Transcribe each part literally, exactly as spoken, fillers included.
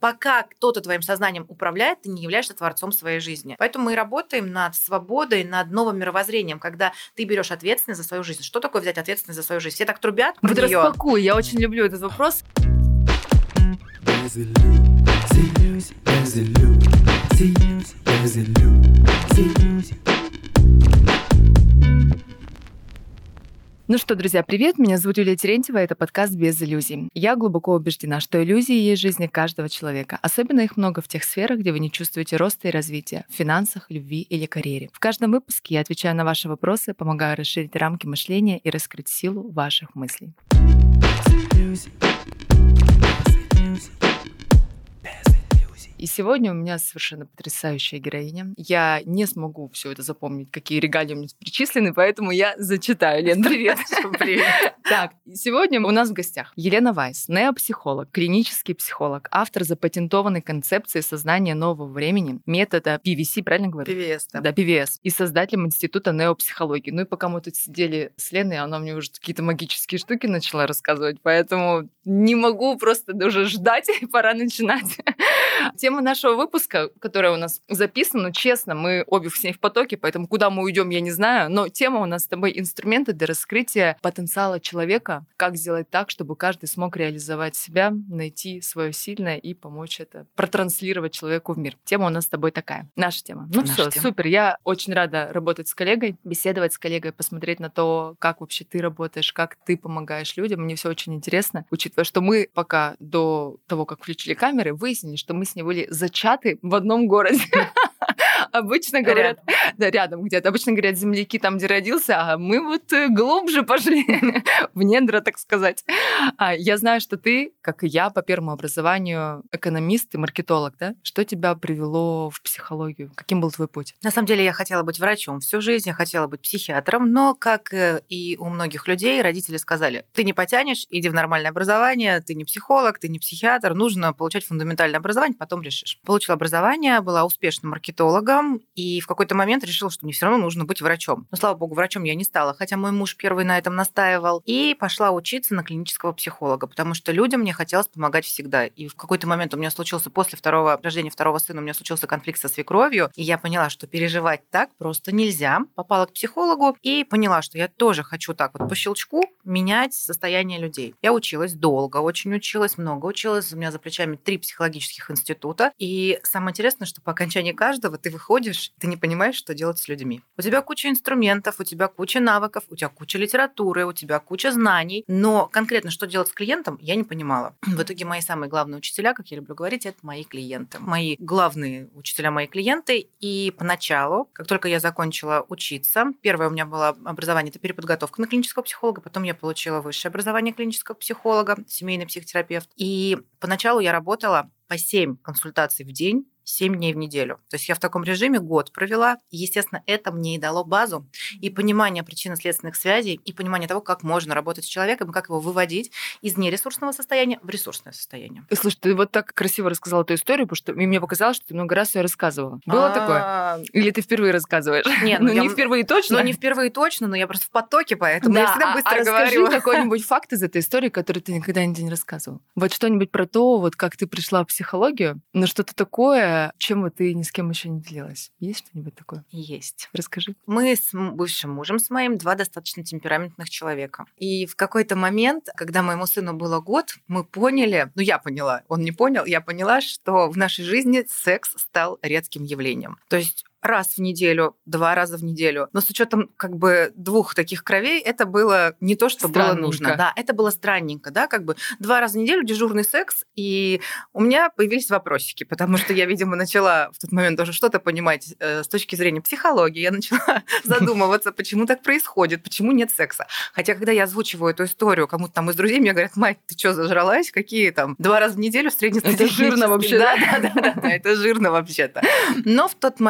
пока кто-то твоим сознанием управляет, ты не являешься творцом своей жизни. Поэтому мы работаем над свободой, над новым мировоззрением, когда ты берешь ответственность за свою жизнь. Что такое взять ответственность за свою жизнь? Все так трубят про Вот неё. распакуй, я очень люблю этот вопрос. Ну что, друзья, привет! Меня зовут Юлия Терентьева, это подкаст «Без иллюзий». Я глубоко убеждена, что иллюзии есть в жизни каждого человека. Особенно их много в тех сферах, где вы не чувствуете роста и развития, в финансах, любви или карьере. В каждом выпуске я отвечаю на ваши вопросы, помогаю расширить рамки мышления и раскрыть силу ваших мыслей. И сегодня у меня совершенно потрясающая героиня. Я не смогу все это запомнить, какие регалии у меня перечислены, поэтому я зачитаю. Лен, привет. Привет. Так, сегодня у нас в гостях Елена Вайс, неопсихолог, клинический психолог, автор запатентованной концепции сознания нового времени, метода пи ви си, правильно говорю? пи ви эс, да. Да, пи ви эс. И создателем Института неопсихологии. Ну и пока мы тут сидели с Леной, она мне уже какие-то магические штуки начала рассказывать, поэтому не могу просто уже ждать, пора начинать. Тема нашего выпуска, которая у нас записана, ну, честно, мы обе с ней в потоке, поэтому куда мы уйдем, я не знаю, но тема у нас с тобой инструменты для раскрытия потенциала человека, как сделать так, чтобы каждый смог реализовать себя, найти свое сильное и помочь это протранслировать человеку в мир. Тема у нас с тобой такая. Наша тема. Ну все, супер. Я очень рада работать с коллегой, беседовать с коллегой, посмотреть на то, как вообще ты работаешь, как ты помогаешь людям. Мне все очень интересно, учитывая, что мы пока до того, как включили камеры, выяснили, что мы с ней были зачаты в одном городе. Обычно говорят, рядом. Да, рядом где-то. Обычно говорят, земляки там, где родился, а мы вот глубже пошли в недра, так сказать. А я знаю, что ты, как и я, по первому образованию экономист и маркетолог, да? Что тебя привело в психологию? Каким был твой путь? На самом деле я хотела быть врачом всю жизнь, я хотела быть психиатром, но, как и у многих людей, родители сказали, ты не потянешь, иди в нормальное образование, ты не психолог, ты не психиатр, нужно получать фундаментальное образование, потом решишь. Получила образование, была успешным маркетологом, и в какой-то момент решила, что мне все равно нужно быть врачом. Но, слава богу, врачом я не стала, хотя мой муж первый на этом настаивал. И пошла учиться на клинического психолога, потому что людям мне хотелось помогать всегда. И в какой-то момент у меня случился, после второго рождения второго сына, у меня случился конфликт со свекровью, и я поняла, что переживать так просто нельзя. Попала к психологу и поняла, что я тоже хочу так вот по щелчку менять состояние людей. Я училась долго, очень училась, много училась. У меня за плечами три психологических института. И самое интересное, что по окончании каждого ты выходишь, ты не понимаешь, что делать с людьми. У тебя куча инструментов, у тебя куча навыков, у тебя куча литературы, у тебя куча знаний, но конкретно что делать с клиентом, я не понимала. В итоге мои самые главные учителя, как я люблю говорить, это мои клиенты. Мои главные учителя, мои клиенты. И поначалу, как только я закончила учиться, первое у меня было образование, это переподготовка на клинического психолога, потом я получила высшее образование клинического психолога, семейный психотерапевт. И поначалу я работала по семь консультаций в день, семь дней в неделю. То есть я в таком режиме год провела. И, естественно, это мне и дало базу и понимание причинно-следственных связей, и понимание того, как можно работать с человеком, и как его выводить из нересурсного состояния в ресурсное состояние. Слушай, ты вот так красиво рассказала эту историю, потому что мне показалось, что ты много раз ее рассказывала. Было такое? Или ты впервые рассказываешь? Нет, ну не впервые точно. Ну не впервые точно, но я просто в потоке, поэтому я всегда быстро говорю. Расскажи какой-нибудь факт из этой истории, который ты никогда нигде не рассказывал. Вот что-нибудь про то, вот как ты пришла в психологию, но что-то такое, чем вот ты ни с кем еще не делилась. Есть что-нибудь такое? Есть. Расскажи. Мы с бывшим мужем, с моим, два достаточно темпераментных человека. И в какой-то момент, когда моему сыну было год, мы поняли, ну я поняла, он не понял, я поняла, что в нашей жизни секс стал редким явлением. То есть раз в неделю, два раза в неделю. Но с учетом как бы двух таких кровей, это было не то, что было нужно. Да, это было странненько, да, как бы два раза в неделю дежурный секс, и у меня появились вопросики, потому что я, видимо, начала в тот момент тоже что-то понимать э, с точки зрения психологии, я начала задумываться, почему так происходит, почему нет секса. Хотя, когда я озвучиваю эту историю кому-то там из друзей, мне говорят, мать, ты что, зажралась? Какие там два раза в неделю среднестатистические? Это жирно вообще, да? Да, да, да, это жирно вообще-то. Но в тот момент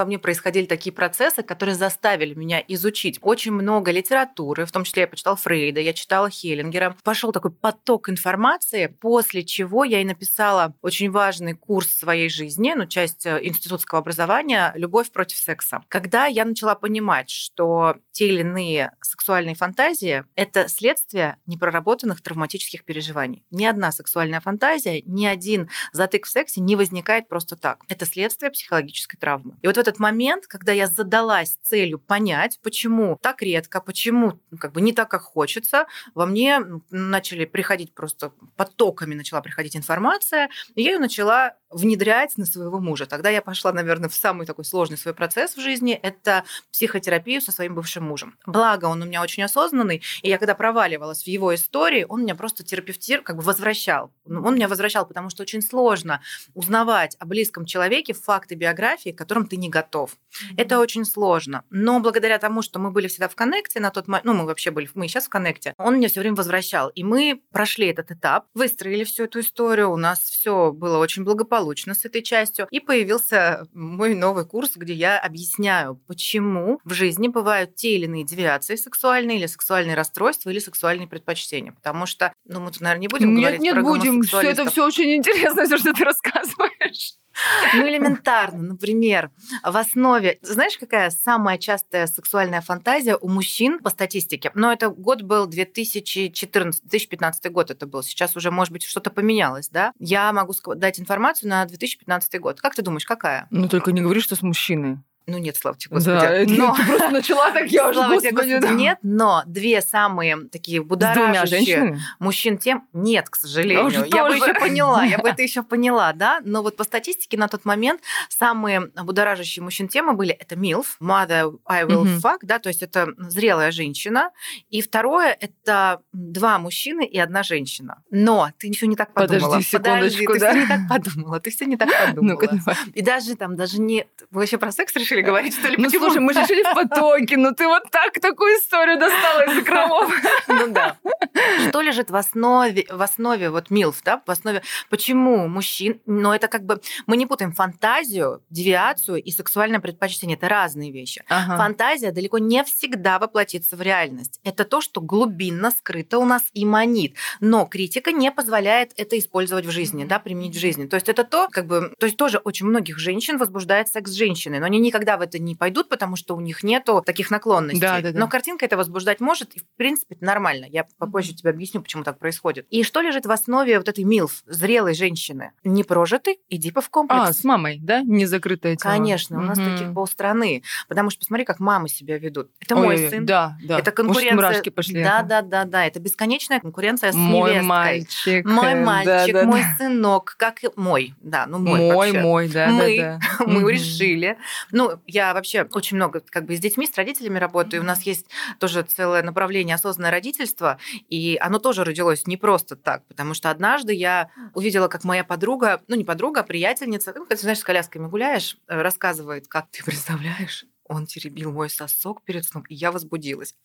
во мне происходили такие процессы, которые заставили меня изучить очень много литературы, в том числе я почитала Фрейда, я читала Хеллингера. Пошел такой поток информации, после чего я и написала очень важный курс своей жизни, ну, часть институтского образования «Любовь против секса». Когда я начала понимать, что те или иные сексуальные фантазии – это следствие непроработанных травматических переживаний. Ни одна сексуальная фантазия, ни один затык в сексе не возникает просто так. Это следствие психологической травмы. И вот в этот момент, когда я задалась целью понять, почему так редко, почему как бы не так, как хочется, во мне начали приходить просто потоками, начала приходить информация, и я ее начала внедрять на своего мужа. Тогда я пошла, наверное, в самый такой сложный свой процесс в жизни – это психотерапию со своим бывшим мужем. Благо, он у меня очень осознанный, и я когда проваливалась в его истории, он меня просто терапевтир, как бы возвращал. Он меня возвращал, потому что очень сложно узнавать о близком человеке факты биографии, к которым ты не готов. Mm-hmm. Это очень сложно. Но благодаря тому, что мы были всегда в коннекте на тот момент, ну, мы вообще были, мы сейчас в коннекте, он меня все время возвращал. И мы прошли этот этап, выстроили всю эту историю, у нас все было очень благополучно с этой частью. И появился мой новый курс, где я объясняю, почему в жизни бывают те или иные девиации сексуальные, или сексуальные расстройства, или сексуальные предпочтения. Потому что, ну, мы тут, наверное, не будем нет, говорить нет, про будем. гомосексуалистов. Это все очень интересно, все, что ты рассказываешь. Ну, элементарно, например, в основе... Знаешь, какая самая частая сексуальная фантазия у мужчин по статистике? Но это год был две тысячи четырнадцатый, две тысячи пятнадцатый год это был. Сейчас уже, может быть, что-то поменялось, да? Я могу дать информацию на две тысячи пятнадцатый год. Как ты думаешь, какая? Ну, только не говори, что с мужчиной. Ну нет, слава тебе, Господи. Да, но... ты просто начала так, я уже, слава тебе, Господи, Господи, да. нет, но две самые такие будоражащие мужчин тем нет, к сожалению. Я, я бы еще поняла, я бы это еще поняла, да, но вот по статистике на тот момент самые будоражащие мужчин темы были это милф, mother I will mm-hmm. fuck, да, то есть это зрелая женщина, и второе это два мужчины и одна женщина. Но ты еще не так подумала. Подожди секундочку, Подожди, да? ты все не так подумала, ты все не так подумала. И даже там, даже не... Вы вообще про секс решили говорить, что ли? Ну, Почему? слушай, мы же жили в потоке, ну ты вот так такую историю достала из закромов. Ну да. Что лежит в основе, в основе вот милф, да, в основе, почему мужчин, но это как бы, мы не путаем фантазию, девиацию и сексуальное предпочтение, это разные вещи. Ага. Фантазия далеко не всегда воплотится в реальность. Это то, что глубинно скрыто у нас и манит, но критика не позволяет это использовать в жизни, да, применить в жизни. То есть это то, как бы, то есть тоже очень многих женщин возбуждает секс с женщиной, но они никогда в это не пойдут, потому что у них нету таких наклонностей. Да, да, да. Но картинка это возбуждать может, и в принципе это нормально. Я попозже mm-hmm. тебе объясню, почему так происходит. И что лежит в основе вот этой милф, зрелой женщины? Не прожитый Эдипов комплекс. А, с мамой, да? Не закрытая тема. Конечно, у mm-hmm. нас таких полстраны. Потому что посмотри, как мамы себя ведут. Это Ой, мой сын. Да, да. Это конкуренция. Мурашки пошли. Да, да, да, да. Это бесконечная конкуренция с мой невесткой. Мальчик. Мой мальчик, да, да, мой да. сынок, как и мой. Да, ну мой Мой, вообще. мой, да, мы, да, да. Мы mm-hmm. решили. Ну, я вообще очень много как бы с детьми, с родителями работаю. У нас есть тоже целое направление осознанное родительство, и оно тоже родилось не просто так, потому что однажды я увидела, как моя подруга, ну не подруга, а приятельница, ну, ты знаешь, с колясками гуляешь, рассказывает, как ты представляешь, он теребил мой сосок перед сном, и я возбудилась.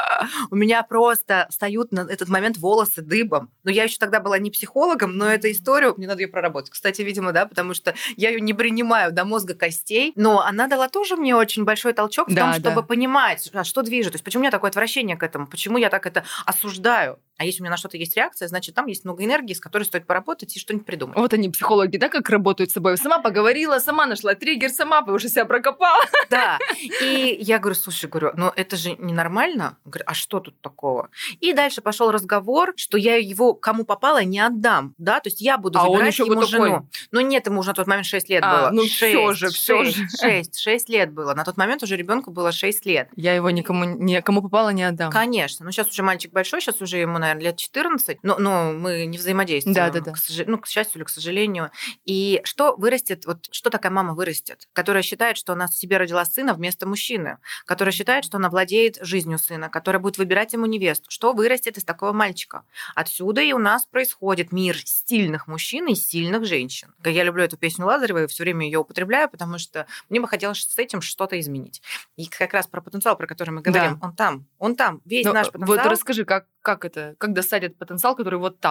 У меня просто встают на этот момент волосы дыбом. Но я еще тогда была не психологом, но эту историю, мне надо ее проработать. Кстати, видимо, да, потому что я ее не принимаю до мозга костей. Но она дала тоже мне очень большой толчок в да, том, чтобы да. понимать, что движет. То есть почему у меня такое отвращение к этому, почему я так это осуждаю. А если у меня на что-то есть реакция, значит, там есть много энергии, с которой стоит поработать и что-нибудь придумать. Вот они, психологи, да, как работают с собой. Сама поговорила, сама нашла триггер, сама уже себя прокопала. Да. И я говорю, слушай, говорю, ну это же ненормально. Говорю, а что тут такого? И дальше пошел разговор, что я его кому попало не отдам, да, то есть я буду а выбирать ему такой... жену. Но нет, ему уже на тот момент шесть лет а, было. Ну шесть, все же, все шесть, же. шесть, шесть лет было. На тот момент уже ребенку было шесть лет. Я его никому, никому попало не отдам. Конечно. Ну сейчас уже мальчик большой, сейчас уже ему, наверное, лет четырнадцать, но, но мы не взаимодействуем. Да, да, да. К, ну, к счастью или к сожалению. И что вырастет, вот что такая мама вырастет, которая считает, что она себе родила сына вместо мужчины, которая считает, что она владеет жизнью сына, которая будет выбирать ему невесту. Что вырастет из такого мальчика? Отсюда и у нас происходит мир стильных мужчин и сильных женщин. Я люблю эту песню Лазаревой, все время ее употребляю, потому что мне бы хотелось с этим что-то изменить. И как раз про потенциал, про который мы говорим, да. он там, он там, весь Но наш потенциал. Вот расскажи, как, как это, как достать этот потенциал, который вот там?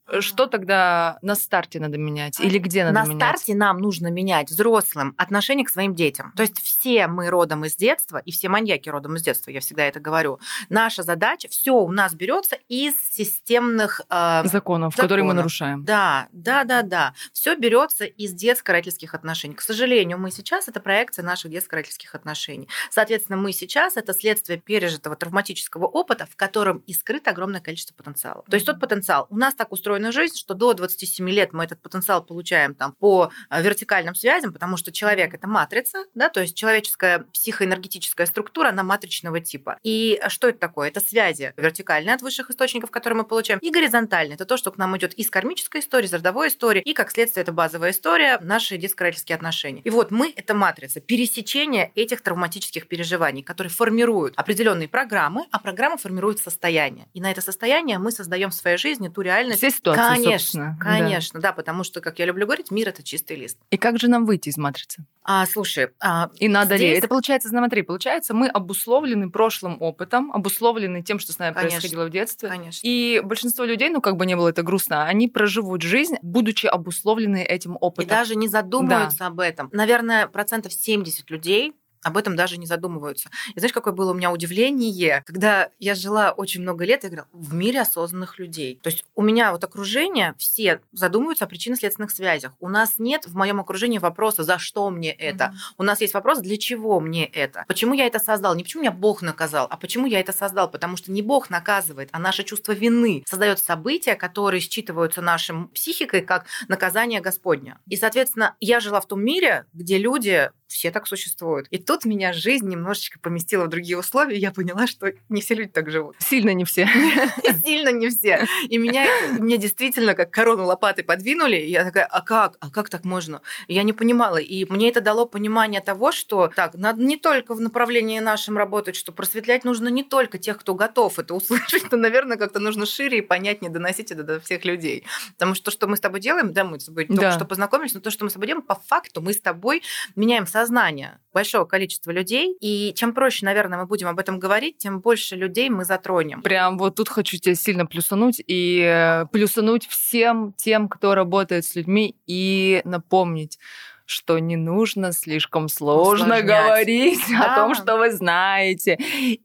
Что тогда на старте надо менять? Или где надо на менять? На старте нам нужно менять взрослым отношение к своим детям. То есть все мы родом из детства, и все маньяки родом из детства, я всегда это говорю. Наша задача, все у нас берется из системных э, законов, законов, которые мы нарушаем. Да, да, да, да. Все берется из детско-родительских отношений. К сожалению, мы сейчас это проекция наших детско-родительских отношений. Соответственно, мы сейчас это следствие пережитого травматического опыта, в котором и скрыто огромное количество потенциала. То есть тот потенциал, у нас так устроена жизнь, что до двадцати семи лет мы этот потенциал получаем там по вертикальным связям, потому что человек – это матрица, да, то есть человеческая психоэнергетическая структура, она матричного типа. И что это такое? Это связи вертикальные от высших источников, которые мы получаем, и горизонтальные. Это то, что к нам идет из кармической истории, из родовой истории, и как следствие это базовая история, наши детско-родительские отношения. И вот мы – это матрица пересечения этих травматических переживаний, которые формируют определенные программы, а программы формируют состояние. И на это состояние мы создаем в своей жизни ту реальность. Все ситуации, конечно, собственно. конечно, да. да, потому что, как я люблю говорить, мир – это чистый лист. И как же нам выйти из матрицы? А, слушай, а, и надо здесь... ли? Это получается, смотри, получается, мы обусловлены прошлым опытом, обусловлены тем, что с нами конечно, происходило в детстве. Конечно. И большинство людей, ну как бы не было это грустно, они проживут жизнь, будучи обусловлены этим опытом. И даже не задумываются да. об этом. Наверное, процентов семьдесят людей об этом даже не задумываются. И знаешь, какое было у меня удивление, когда я жила очень много лет, я говорила, в мире осознанных людей. То есть у меня вот окружение, все задумываются о причинно-следственных связях. У нас нет в моем окружении вопроса, за что мне это. Mm-hmm. У нас есть вопрос, для чего мне это. Почему я это создал? Не почему меня Бог наказал, а почему я это создал? Потому что не Бог наказывает, а наше чувство вины создает события, которые считываются нашей психикой как наказание Господня. И, соответственно, я жила в том мире, где люди все так существуют. И тут меня жизнь немножечко поместила в другие условия, и я поняла, что не все люди так живут. Сильно не все. Сильно не все. И меня, меня действительно как корону лопатой подвинули, и я такая, а как? А как так можно? И я не понимала. И мне это дало понимание того, что так, надо не только в направлении нашем работать, что просветлять нужно не только тех, кто готов это услышать, но, наверное, как-то нужно шире и понятнее доносить это до всех людей. Потому что то, что мы с тобой делаем, да, мы с тобой только да. что познакомились, но то, что мы с тобой делаем, по факту мы с тобой меняем сознание большого количества людей, и чем проще, наверное, мы будем об этом говорить, тем больше людей мы затронем. Прям вот тут хочу тебя сильно плюсануть, и плюсануть всем тем, кто работает с людьми, и напомнить, что не нужно слишком сложно Усложнять. говорить да. о том, что вы знаете.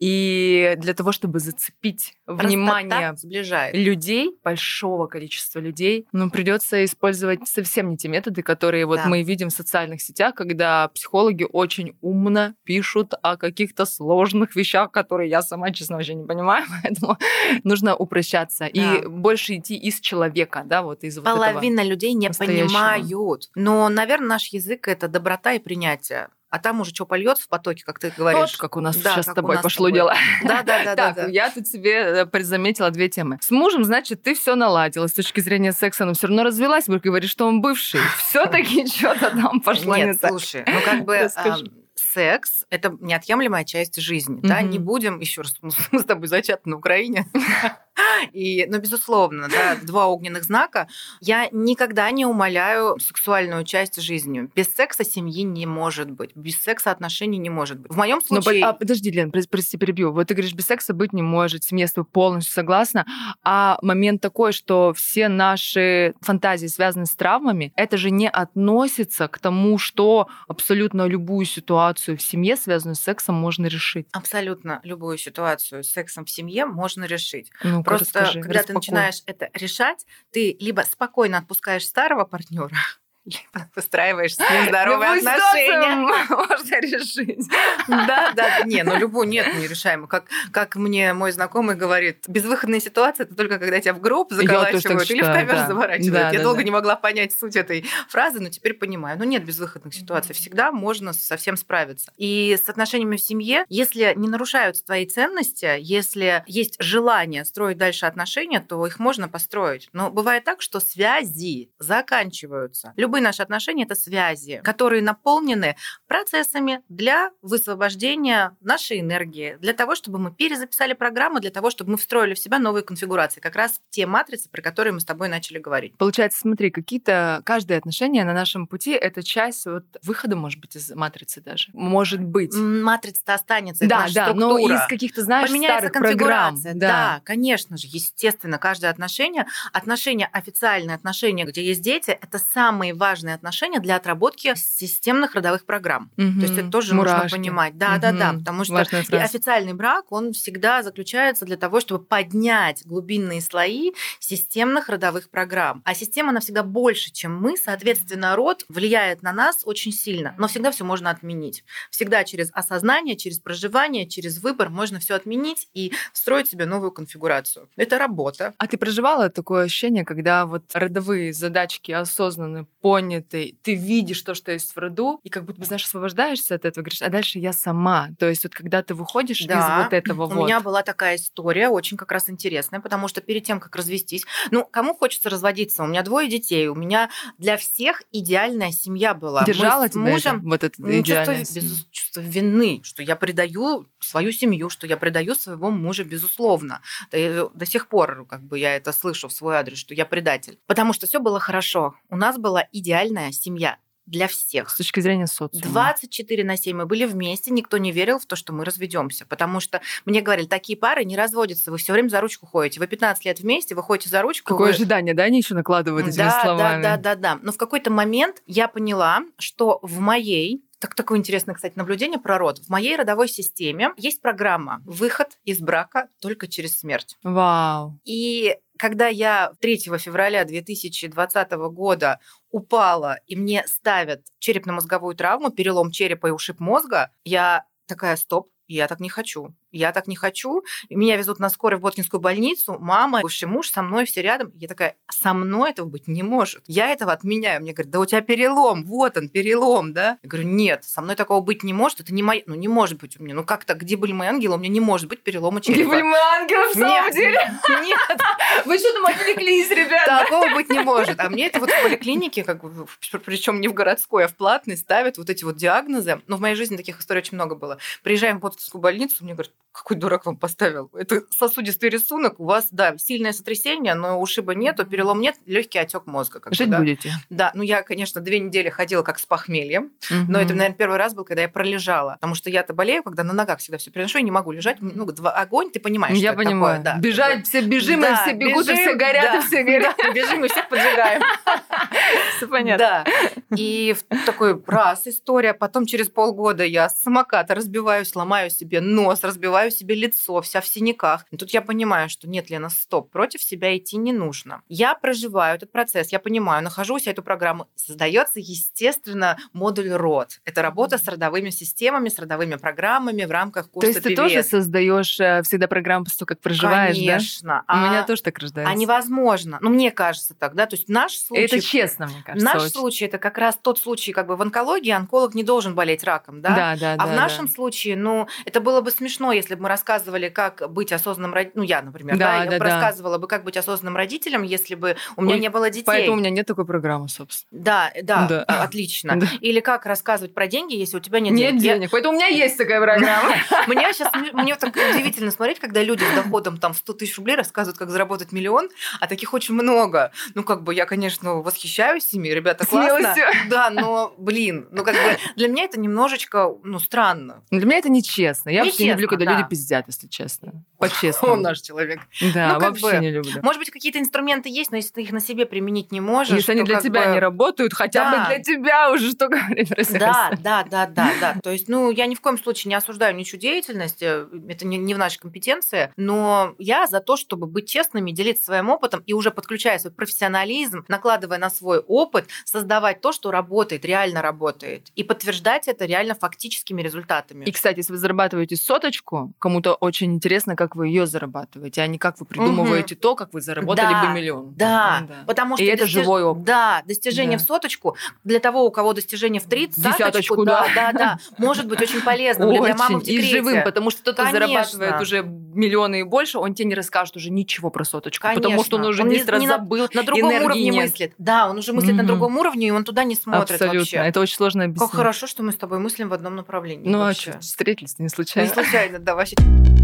И для того, чтобы зацепить Простота внимание сближает. людей, большого количества людей, ну, придется использовать совсем не те методы, которые вот да. мы видим в социальных сетях, когда психологи очень умно пишут о каких-то сложных вещах, которые я сама, честно, вообще не понимаю. Поэтому нужно упрощаться да. и больше идти из человека, да, вот из Половина вот этого Половина людей не понимают. Но, наверное, наш язык – это доброта и принятие. А там уже что польется в потоке, как ты говоришь. Вот как у нас да, сейчас с тобой пошло дело. Да, да, да. Так, да, да. я тут себе заметила две темы. С мужем, значит, ты все наладила с точки зрения секса, но все равно развелась, будешь говорить, что он бывший. Все-таки что-то там пошло не так. Нет, слушай, ну как бы... Секс – это неотъемлемая часть жизни. Mm-hmm. Да? Не будем, еще раз, мы с тобой зачаты на Украине. И, ну, безусловно, да, два огненных знака. Я никогда не умаляю сексуальную часть жизни. Без секса семьи не может быть. Без секса отношений не может быть. В моем случае... Но, а, подожди, Лен, прости, перебью. Вот ты говоришь, без секса быть не может, семья с тобой полностью согласна. А момент такой, что все наши фантазии связаны с травмами, это же не относится к тому, что абсолютно любую ситуацию в семье, связанную с сексом, можно решить. Абсолютно любую ситуацию с сексом в семье можно решить. Ну, Просто расскажи, когда распакуй. ты начинаешь это решать, ты либо спокойно отпускаешь старого партнера, либо выстраиваешь с ним здоровые отношения. Можно решить. Да, да, не, ну любой нет нерешаемо. Как, как мне мой знакомый говорит, безвыходная ситуация – это только когда тебя в гроб заколачивают или в ковер да. заворачивают. Да, Я да, долго да. не могла понять суть этой фразы, но теперь понимаю. Ну нет безвыходных ситуаций. Всегда можно со всем справиться. И с отношениями в семье, если не нарушаются твои ценности, если есть желание строить дальше отношения, то их можно построить. Но бывает так, что связи заканчиваются. Любой Любые наши отношения – это связи, которые наполнены процессами для высвобождения нашей энергии, для того, чтобы мы перезаписали программу, для того, чтобы мы встроили в себя новые конфигурации, как раз те матрицы, про которые мы с тобой начали говорить. Получается, смотри, какие-то, каждое отношение на нашем пути — это часть вот выхода, может быть, из матрицы даже. Может быть. Матрица-то останется, да, это наша да, структура. Но из каких-то, знаешь, поменяется старых конфигурация. программ. Да. Да, конечно же, естественно, каждое отношение, отношения, официальные отношения, где есть дети, это самые важные отношения для отработки системных родовых программ. Угу. То есть это тоже Мурашки. нужно понимать. Да, угу. да, да, потому что и официальный брак, он всегда заключается для того, чтобы поднять глубинные слои системных родовых программ. А система, она всегда больше, чем мы, соответственно, род влияет на нас очень сильно, но всегда все можно отменить. Всегда через осознание, через проживание, через выбор можно все отменить и строить себе новую конфигурацию. Это работа. А ты проживала такое ощущение, когда вот родовые задачки осознанно поняты, ты видишь то, что есть в роду, и как будто бы, знаешь, освобождаешься от этого, говоришь, а дальше я сама. То есть вот когда ты выходишь да, из вот этого у вот. У меня была такая история, очень как раз интересная, потому что перед тем, как развестись, ну, кому хочется разводиться? У меня двое детей, у меня для всех идеальная семья была. Держала Мы с тебя мужем это, вот это ну, идеальное чувство, без, чувство вины, что я предаю свою семью, что я предаю своего мужа, безусловно. До, до сих пор как бы я это слышу в свой адрес, что я предатель. Потому что все было хорошо. У нас была идеальная семья. Для всех. С точки зрения социума. двадцать четыре на семь мы были вместе, никто не верил в то, что мы разведемся, потому что мне говорили, такие пары не разводятся, вы все время за ручку ходите, вы пятнадцать лет вместе, вы ходите за ручку. Какое вы... ожидание, да, они еще накладывают этими да, словами. Да, да, да, да. Но в какой-то момент я поняла, что в моей Так, такое интересное, кстати, наблюдение про род. В моей родовой системе есть программа «Выход из брака только через смерть». Вау. И когда я третьего февраля две тысячи двадцатого года упала, и мне ставят черепно-мозговую травму, перелом черепа и ушиб мозга, я такая, стоп, я так не хочу. Я так не хочу. Меня везут на скорой в Боткинскую больницу. Мама, бывший муж, со мной все рядом. Я такая, со мной этого быть не может. Я этого отменяю. Мне говорят, да у тебя перелом, вот он, перелом, да? Я говорю, нет, со мной такого быть не может. Это не моя... Ну, не может быть у меня. Ну, как так? Где были мои ангелы? У меня не может быть перелома черепа. Где были мои ангелы в самом нет, деле? Нет. Вы что там отвлеклись, ребята? Такого быть не может. А мне это вот в поликлинике, как бы, причем не в городской, а в платной, ставят вот эти вот диагнозы. Но в моей жизни таких историй очень много было. Приезжаем в Боткинскую больницу, мне говорят, какой дурак вам поставил. Это сосудистый рисунок. У вас, да, сильное сотрясение, но ушиба нету, перелом нет, легкий отек мозга. Как Жить бы, да. будете? Да, ну я, конечно, две недели ходила как с похмельем, угу. но это, наверное, первый раз был, когда я пролежала. Потому что я-то болею, когда на ногах всегда все переношу, и не могу лежать. Ну, два, огонь, ты понимаешь, я что понимаю. это такое. Да, бежать, все бежим, да, и все бегут, бежим, и все горят, да, и все горят. Да, бежим, и всех поджигаем. Все понятно. Да. И такой раз история. Потом через полгода я с самоката разбиваюсь, ломаю себе нос, разбиваю себе лицо, вся в синяках. И тут я понимаю, что нет, Лена, стоп, против себя идти не нужно. Я проживаю этот процесс, я понимаю, нахожу у себя эту программу. Создается, естественно, модуль род. Это работа с родовыми системами, с родовыми программами в рамках курса То есть ты пи ви эс. тоже создаешь всегда программу после того, как проживаешь, Конечно. да? А... У меня тоже так рождается. А невозможно. Ну, мне кажется так, да? То есть наш случай... Это честно, мне кажется. Наш очень. случай – это как раз тот случай, как бы в онкологии онколог не должен болеть раком, да? Да, да, а да. в нашем да. случае, ну, это было бы смешно, если бы мы рассказывали, как быть осознанным родителем. Ну, я, например, Да, да, да, я бы да. рассказывала бы, как быть осознанным родителем, если бы у меня Ой, не было детей. Поэтому у меня нет такой программы, собственно. Да, да, Да. отлично. Да. Или как рассказывать про деньги, если у тебя нет, Нет денег. Я- денег, поэтому у меня есть такая программа. Мне сейчас мне так удивительно смотреть, когда люди с доходом там в сто тысяч рублей рассказывают, как заработать миллион, а таких очень много. Ну, как бы я, конечно, восхищаюсь ими, ребята, классно. Смелостью. Да, но, блин, ну, как бы для меня это немножечко, ну, странно. Для меня это нечестно. Я вообще не Нечестно, люблю, когда да. люди пиздят, если честно. По-честному. Он наш человек. Да, Ну, как вообще бы, не люблю. Может быть, какие-то инструменты есть, но если ты их на себе применить не можешь, Если они то для как тебя бы- не работают, хотя Да. бы для тебя уже что говорить про всех Да, остальных. да, да, да, да. То есть, ну, я ни в коем случае не осуждаю ничью деятельность, э, это не, не в нашей компетенции, но я за то, чтобы быть честными, делиться своим опытом и уже подключая свой профессионализм, накладывая на свой опыт, создавать то, что работает, реально работает, и подтверждать это реально фактическими результатами. И, кстати, если вы зарабатываете соточку, сумму. Кому-то очень интересно, как вы ее зарабатываете, а не как вы придумываете угу. то, как вы заработали да, бы миллион. Да, ну, да. Потому что... И это достиж... живой опыт. Да, достижение да. в соточку для того, у кого достижение в тридцаточку, Десяточку, да, да. да, да, может быть очень полезным очень. Для мамы в декрете. И живым, потому что кто-то Конечно. зарабатывает уже миллионы и больше, он тебе не расскажет уже ничего про соточку, Конечно. потому что он уже десять раз забыл, на, на другом уровне нет. мыслит. Да, он уже мыслит mm-hmm. на другом уровне, и он туда не смотрит Абсолютно. вообще. Это очень сложно объяснить. Как хорошо, что мы с тобой мыслим в одном направлении. Ну, вообще. а что, встретились не случайно. Не случайно, да, вообще.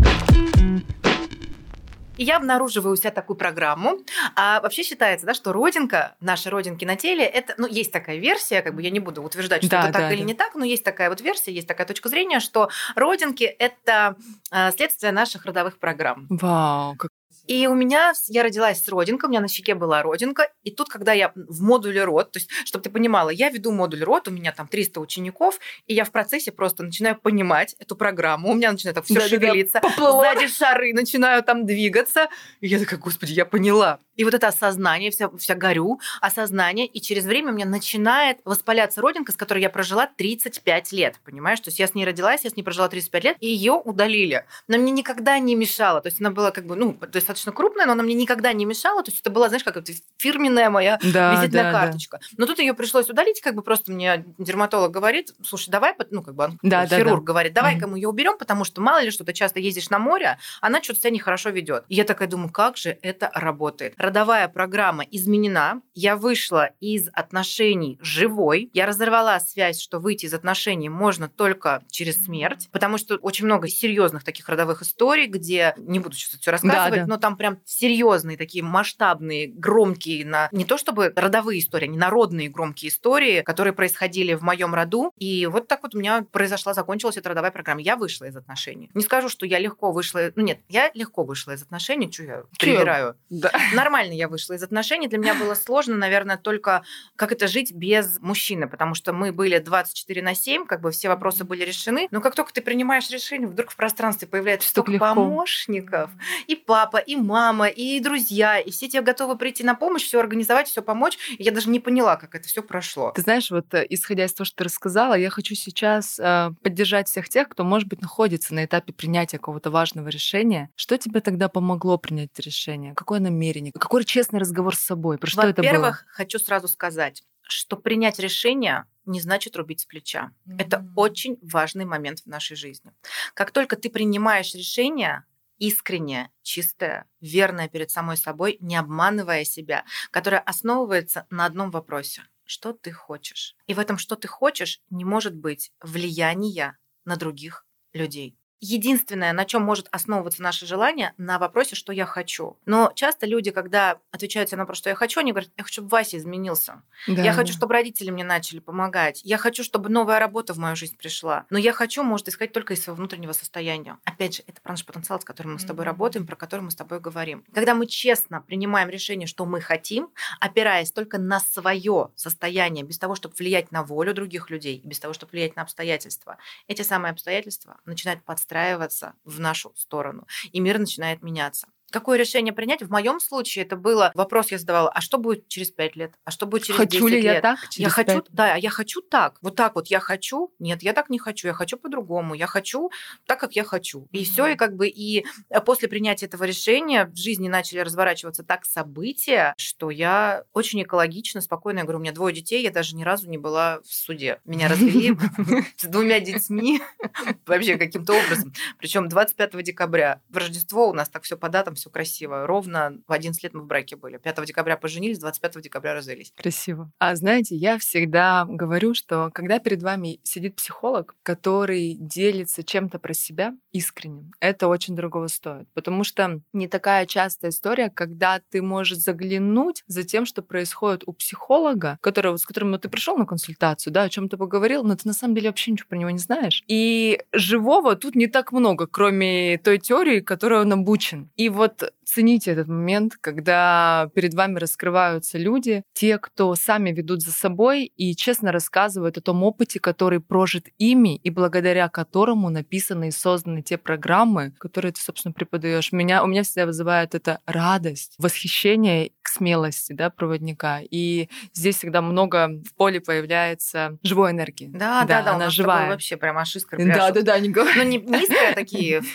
И я обнаруживаю у себя такую программу. А вообще считается, да, что родинка, наши родинки на теле, это, ну, есть такая версия, как бы я не буду утверждать, что да, это так да, или да. не так, но есть такая вот версия, есть такая точка зрения, что родинки – это следствие наших родовых программ. Вау, как И у меня, я родилась с родинкой, у меня на щеке была родинка, и тут, когда я в модуле род, то есть, чтобы ты понимала, я веду модуль род, у меня там триста учеников, и я в процессе просто начинаю понимать эту программу, у меня начинает так все шевелиться, сзади шары начинаю там двигаться, и я такая, господи, я поняла. И вот это осознание, вся, вся горю, осознание, и через время у меня начинает воспаляться родинка, с которой я прожила тридцать пять лет, понимаешь? То есть я с ней родилась, я с ней прожила тридцать пять лет, и ее удалили. Но мне никогда не мешало, то есть она была как бы, ну, достаточно крупная, но она мне никогда не мешала, то есть это была, знаешь, как это фирменная моя да, визитная да, карточка. Да. Но тут ее пришлось удалить, как бы просто мне дерматолог говорит, слушай, давай, ну, как бы да, хирург да, да. говорит, давай-ка mm-hmm. мы ее уберем, потому что мало ли что ты часто ездишь на море, она что-то себя нехорошо ведет. И я такая думаю, как же это работает? Родовая программа изменена, я вышла из отношений живой, я разорвала связь, что выйти из отношений можно только через смерть, потому что очень много серьезных таких родовых историй, где, не буду сейчас все рассказывать, да, да. но там прям серьезные такие масштабные, громкие, на не то чтобы родовые истории, не народные громкие истории, которые происходили в моем роду. И вот так вот у меня произошла, закончилась эта родовая программа. Я вышла из отношений. Не скажу, что я легко вышла, ну нет, я легко вышла из отношений, что я привираю. Да. Нормально я вышла из отношений. Для меня было сложно, наверное, только как это жить без мужчины, потому что мы были двадцать четыре на семь, как бы все вопросы были решены. Но как только ты принимаешь решение, вдруг в пространстве появляется столько легко. помощников, и папа, и мама, и друзья, и все тебе готовы прийти на помощь, все организовать, все помочь. И я даже не поняла, как это все прошло. Ты знаешь, вот исходя из того, что ты рассказала, я хочу сейчас э, поддержать всех тех, кто, может быть, находится на этапе принятия какого-то важного решения. Что тебе тогда помогло принять это решение? Какое намерение? Какой честный разговор с собой? Про что это было? Во-первых, хочу сразу сказать, что принять решение не значит рубить с плеча. Mm-hmm. Это очень важный момент в нашей жизни. Как только ты принимаешь решение, искреннее, чистое, верное перед самой собой, не обманывая себя, которое основывается на одном вопросе. Что ты хочешь? И в этом, что ты хочешь, не может быть влияния на других людей. Единственное, на чем может основываться наше желание, на вопросе, что я хочу. Но часто люди, когда отвечают себе на вопрос, что я хочу, они говорят, я хочу, чтобы Вася изменился. Да, я хочу, чтобы родители мне начали помогать. Я хочу, чтобы новая работа в мою жизнь пришла. Но я хочу, может, исходить только из своего внутреннего состояния. Опять же, это про наш потенциал, с которым мы с тобой mm-hmm. работаем, про который мы с тобой говорим. Когда мы честно принимаем решение, что мы хотим, опираясь только на свое состояние, без того, чтобы влиять на волю других людей, без того, чтобы влиять на обстоятельства, эти самые обстоятельства начинают подстраиваться встраиваться в нашу сторону, и мир начинает меняться. Какое решение принять? В моем случае это было, вопрос я задавала, а что будет через пять лет? А что будет через хочу десять лет? Хочу ли я так через я хочу, пять? Да, я хочу так. Вот так вот я хочу. Нет, я так не хочу. Я хочу по-другому. Я хочу так, как я хочу. И mm-hmm. все, и как бы и после принятия этого решения в жизни начали разворачиваться так события, что я очень экологично, спокойно. Я говорю, у меня двое детей, я даже ни разу не была в суде. Меня развели с двумя детьми вообще каким-то образом. Причем двадцать пятого декабря. В Рождество у нас так все по датам, все красиво. Ровно в одиннадцать лет мы в браке были. пятого декабря поженились, двадцать пятого декабря развелись. Красиво. А знаете, я всегда говорю, что когда перед вами сидит психолог, который делится чем-то про себя искренним, это очень дорого стоит. Потому что не такая частая история, когда ты можешь заглянуть за тем, что происходит у психолога, которого, с которым ну, ты пришел на консультацию, да, о чем-то поговорил, но ты на самом деле вообще ничего про него не знаешь. И живого тут не так много, кроме той теории, которой он обучен. И вот цените этот момент, когда перед вами раскрываются люди, те, кто сами ведут за собой и честно рассказывают о том опыте, который прожит ими и благодаря которому написаны и созданы те программы, которые ты, собственно, преподаешь. Меня, у меня всегда вызывает это радость, восхищение к смелости, да, проводника. И здесь всегда много в поле появляется живой энергии. Да, да, да, да, она у нас живая. Вообще прям аж искры Да, да, да, не говорю. Ну, не, не искры, а такие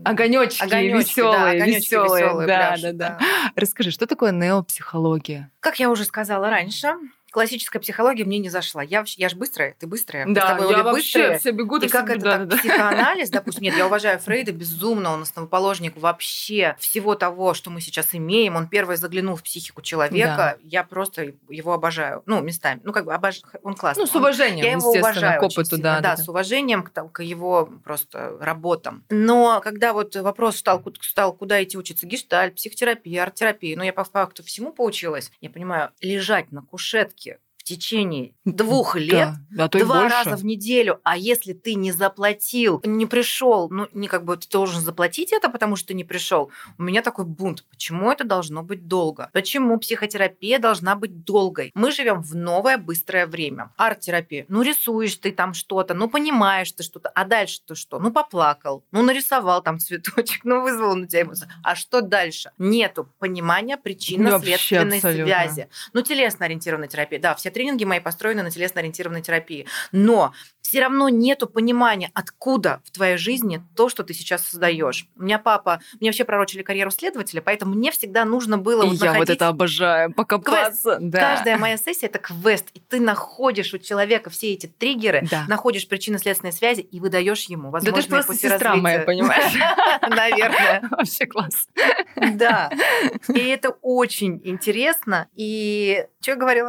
Огонёчки, Огонёчки, да, веселые, огонёчки веселые. весёлые Да, пляшут, да, да. да. Расскажи, что такое неопсихология? Как я уже сказала раньше, классическая психология мне не зашла. Я, вообще- я же быстрая, ты быстрая. Мы с Да, тобой я обе вообще быстрые. все бегут И и все как это бегут. Да, так, да, да. психоанализ, допустим, нет, я уважаю Фрейда безумно, он основоположник вообще всего того, что мы сейчас имеем. Он первый заглянул в психику человека. Я просто его обожаю. Ну, местами. Ну, как бы обож... он классный. Ну, с Он- уважением, Я его естественно, уважаю к очень опыту, сильно. да, да, да. с уважением к, там, к его просто работам. Но когда вот вопрос стал, ку- стал, куда идти учиться, гештальт, психотерапия, арт-терапия, ну, я по факту всему поучилась. Я понимаю, лежать на кушетке в течение двух лет, Да, а то и два больше. раза в неделю, а если ты не заплатил, не пришел, ну, не как бы ты должен заплатить это, потому что ты не пришел. У меня такой бунт. Почему это должно быть долго? Почему психотерапия должна быть долгой? Мы живем в новое быстрое время. Арт-терапия. Ну, рисуешь ты там что-то, ну, понимаешь ты что-то, а дальше ты что? Ну, поплакал, ну, нарисовал там цветочек, ну, вызвал на тебя эмоции. А что дальше? Нету понимания причинно-следственной Вообще абсолютно. связи. Ну, телесно-ориентированная терапия. Да, все тренинги мои построены на телесно-ориентированной терапии. Но все равно нету понимания, откуда в твоей жизни то, что ты сейчас создаешь. У меня папа, мне вообще пророчили карьеру следователя, поэтому мне всегда нужно было И вот я вот находить... это обожаю, покопаться. Да. Каждая моя сессия – это квест, и ты находишь у человека все эти триггеры, Да. находишь причинно-следственные связи и выдаешь ему Да ты возможные ж просто пути сестра моя, развития. понимаешь? Наверное. Вообще класс. Да. И это очень интересно. И что я говорила?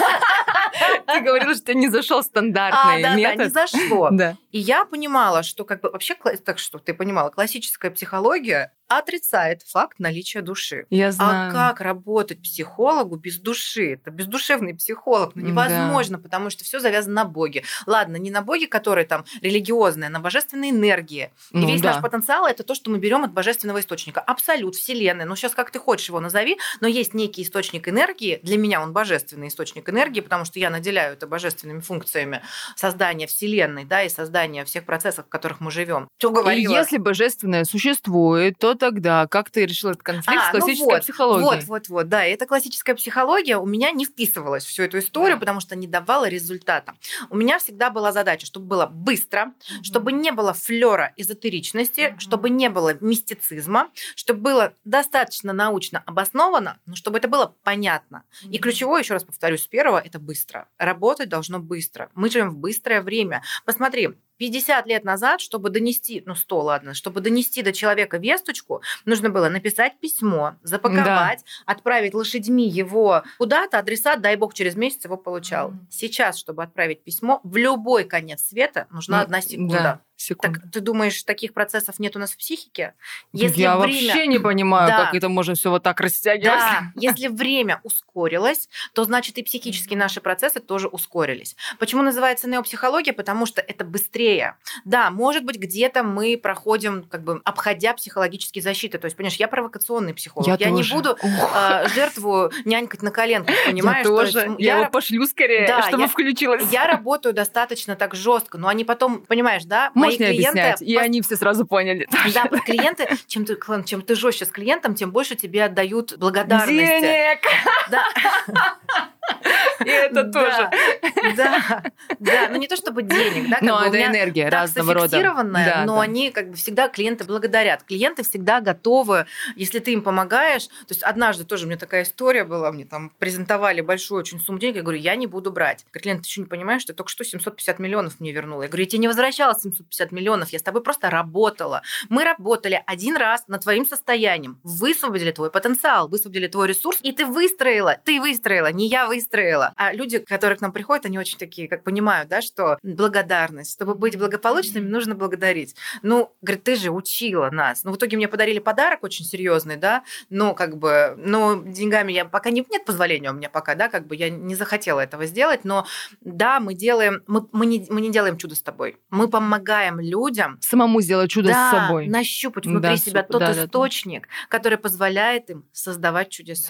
Ты говорила, что не зашел А, стандартный да, да, метод. не зашло. Да. И я понимала, что как бы вообще, кла- так что ты понимала, классическая психология отрицает факт наличия души. Я А знаю. как работать психологу без души? Это бездушевный психолог. Ну, Да. невозможно, потому что все завязано на Боге. Ладно, не на Боге, который там религиозный, а на божественной энергии. И Ну весь да. наш потенциал – это то, что мы берем от божественного источника. Абсолют, Вселенная. Ну, сейчас как ты хочешь его назови, но есть некий источник энергии. Для меня он божественный источник энергии, потому что я наделяю это божественными функциями создания Вселенной, да, и создания всех процессов, в которых мы живем. Что И говорила? если божественное существует, то тогда как ты решила этот конфликт с А, ну классической вот, психологией? Вот, вот, вот, да. И эта классическая психология у меня не вписывалась в всю эту историю, Да. потому что не давала результата. У меня всегда была задача, чтобы было быстро, чтобы не было флера эзотеричности, Мгм. чтобы не было мистицизма, чтобы было достаточно научно обосновано, но чтобы это было понятно. И ключевое, еще раз повторюсь, с первого – это быстро. Работать должно быстро. Мы живем в быстрое время. Посмотри, пятьдесят лет назад, чтобы донести, ну сто, ладно, чтобы донести до человека весточку, нужно было написать письмо, запаковать, отправить лошадьми его куда-то, адресат, дай бог, через месяц его получал. Мгм. Сейчас, чтобы отправить письмо в любой конец света, нужна М, одна секунда. Да, секунда. Так ты думаешь, таких процессов нет у нас в психике? Если Я время... вообще не понимаю, Да. как это можно все вот так растягивать. Да, если время ускорилось, то значит и психические наши процессы тоже ускорились. Почему называется неопсихология? Потому что это быстрее. Да, может быть, где-то мы проходим, как бы, обходя психологические защиты. То есть, понимаешь, я провокационный психолог. Я Я, не тоже. буду Ух. э, жертву нянькать на коленках, понимаешь? Я То есть, тоже. м, Я я его пошлю скорее, Да, чтобы я- включилась. я работаю достаточно так жестко, но они потом, понимаешь, да, Можешь не мои клиенты... объяснять. И пос- они все сразу поняли. Да, клиенты, чем ты, клан- чем ты жестче с клиентом, тем больше тебе отдают благодарности. Денег! Да. И это Да, тоже. Да, да, ну не то чтобы денег, да, как Но бы у это меня энергия так разного рода. зафиксированная, Да, но да. они как бы всегда клиенты благодарят. Клиенты всегда готовы, если ты им помогаешь. То есть однажды тоже у меня такая история была, мне там презентовали большую очень сумму денег, я говорю, я не буду брать. Говорит, Лен, ты что, не понимаешь, что я только что семьсот пятьдесят миллионов мне вернула? Я говорю, я тебе не возвращала семьсот пятьдесят миллионов, я с тобой просто работала. Мы работали один раз над твоим состоянием, высвободили твой потенциал, высвободили твой ресурс, и ты выстроила, ты выстроила, не я выстроила. А люди, которые к нам приходят, они очень такие, как понимают, да, что благодарность, чтобы быть благополучными, нужно благодарить. Ну, говорит, ты же учила нас. Ну, в итоге мне подарили подарок очень серьезный, да, но как бы, но деньгами я пока не, нет позволения у меня пока, да, как бы я не захотела этого сделать, но да, мы делаем, мы, мы, не, мы не делаем чудо с тобой, мы помогаем людям Самому сделать чудо да, с собой. нащупать внутри Да, себя супер, тот да, да, да. источник, который позволяет им создавать чудеса.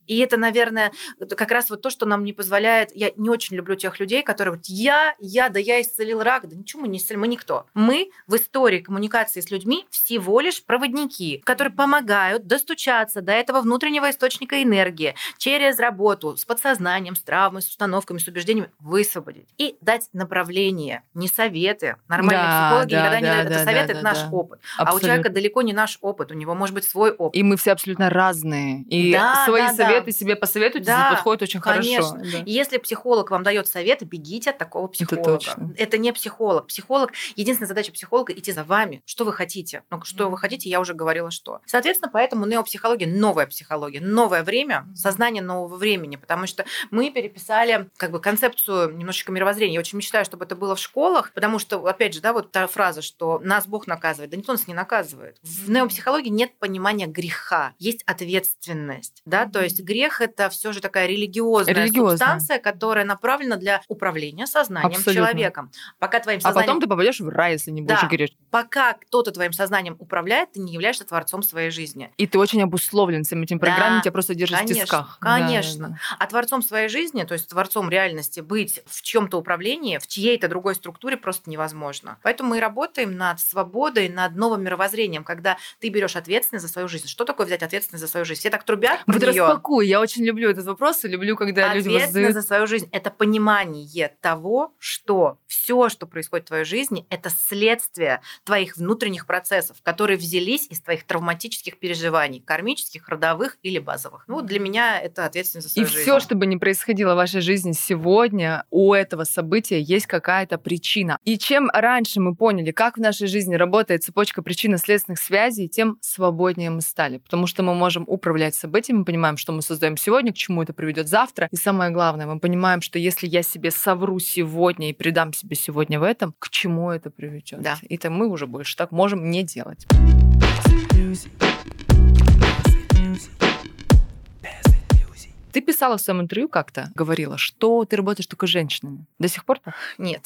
И это, наверное, это как раз вот то, что нам не позволяет... Я не очень люблю тех людей, которые вот я, я, да я исцелил рак. Да ничего мы не исцелим, мы никто. Мы в истории коммуникации с людьми всего лишь проводники, которые помогают достучаться до этого внутреннего источника энергии через работу с подсознанием, с травмой, с установками, с убеждениями высвободить и дать направление, не советы. Нормальные Да, психологи да, никогда не да, дают. Это да, совет, да, это да, наш да. опыт. А у Абсолютно. человека далеко не наш опыт, у него может быть свой опыт. И мы все абсолютно разные. И Да, свои да, советы да. себе посоветуйте, Да, подходит очень конечно. хорошо. Да. И если психолог вам дает советы, бегите от такого психолога. точно. Это не психолог. Психолог, единственная задача психолога идти за вами. Что вы хотите? Ну, что вы хотите, я уже говорила, что. Соответственно, поэтому неопсихология, новая психология, новое время, сознание нового времени, потому что мы переписали как бы концепцию немножечко мировоззрения. Я очень мечтаю, чтобы это было в школах, потому что, опять же, да, вот та фраза, что нас Бог наказывает. Да никто нас не наказывает. В неопсихологии нет понимания греха, есть ответственность, да, то есть грех это все же такая религиозная, Религиозная. субстанция, которая направлена для управления сознанием Абсолютно. человеком. Пока твоим А сознанием... потом ты попадешь в рай, если не будешь Да. грешить. Пока кто-то твоим сознанием управляет, ты не являешься творцом своей жизни. И ты очень обусловлен всеми этими программами, Да, тебя просто держат конечно, в тисках. Конечно. Да, да, А творцом своей жизни, то есть творцом реальности, быть в чьем-то управлении, в чьей-то другой структуре просто невозможно. Поэтому мы и работаем над свободой, над новым мировоззрением, когда ты берешь ответственность за свою жизнь. Что такое взять ответственность за свою жизнь? Все так трубят про Вот неё. распакуй, я очень люблю этот вопрос, и люблю, когда люди вас Ответственность задают. за свою жизнь – это понимание того, что все, что происходит в твоей жизни, это следствие твоих внутренних процессов, которые взялись из твоих травматических переживаний, кармических, родовых или базовых. Ну, вот для меня это ответственность за И свою жизнь. все, что бы ни происходило в вашей жизни сегодня, у этого события есть какая-то причина. И чем раньше мы поняли, как в нашей жизни работает цепочка причинно-следственных связей, тем свободнее мы стали. Потому что мы можем управлять событиями, мы понимаем, что мы создаем сегодня, к чему это приведет завтра. И самое главное, мы понимаем, что если я себе совру сегодня и предам себе сегодня в этом, к чему это приведет. Да. И то мы уже больше так можем не делать. Ты писала в своем интервью как-то, говорила, что ты работаешь только с женщинами. До сих пор так? Нет.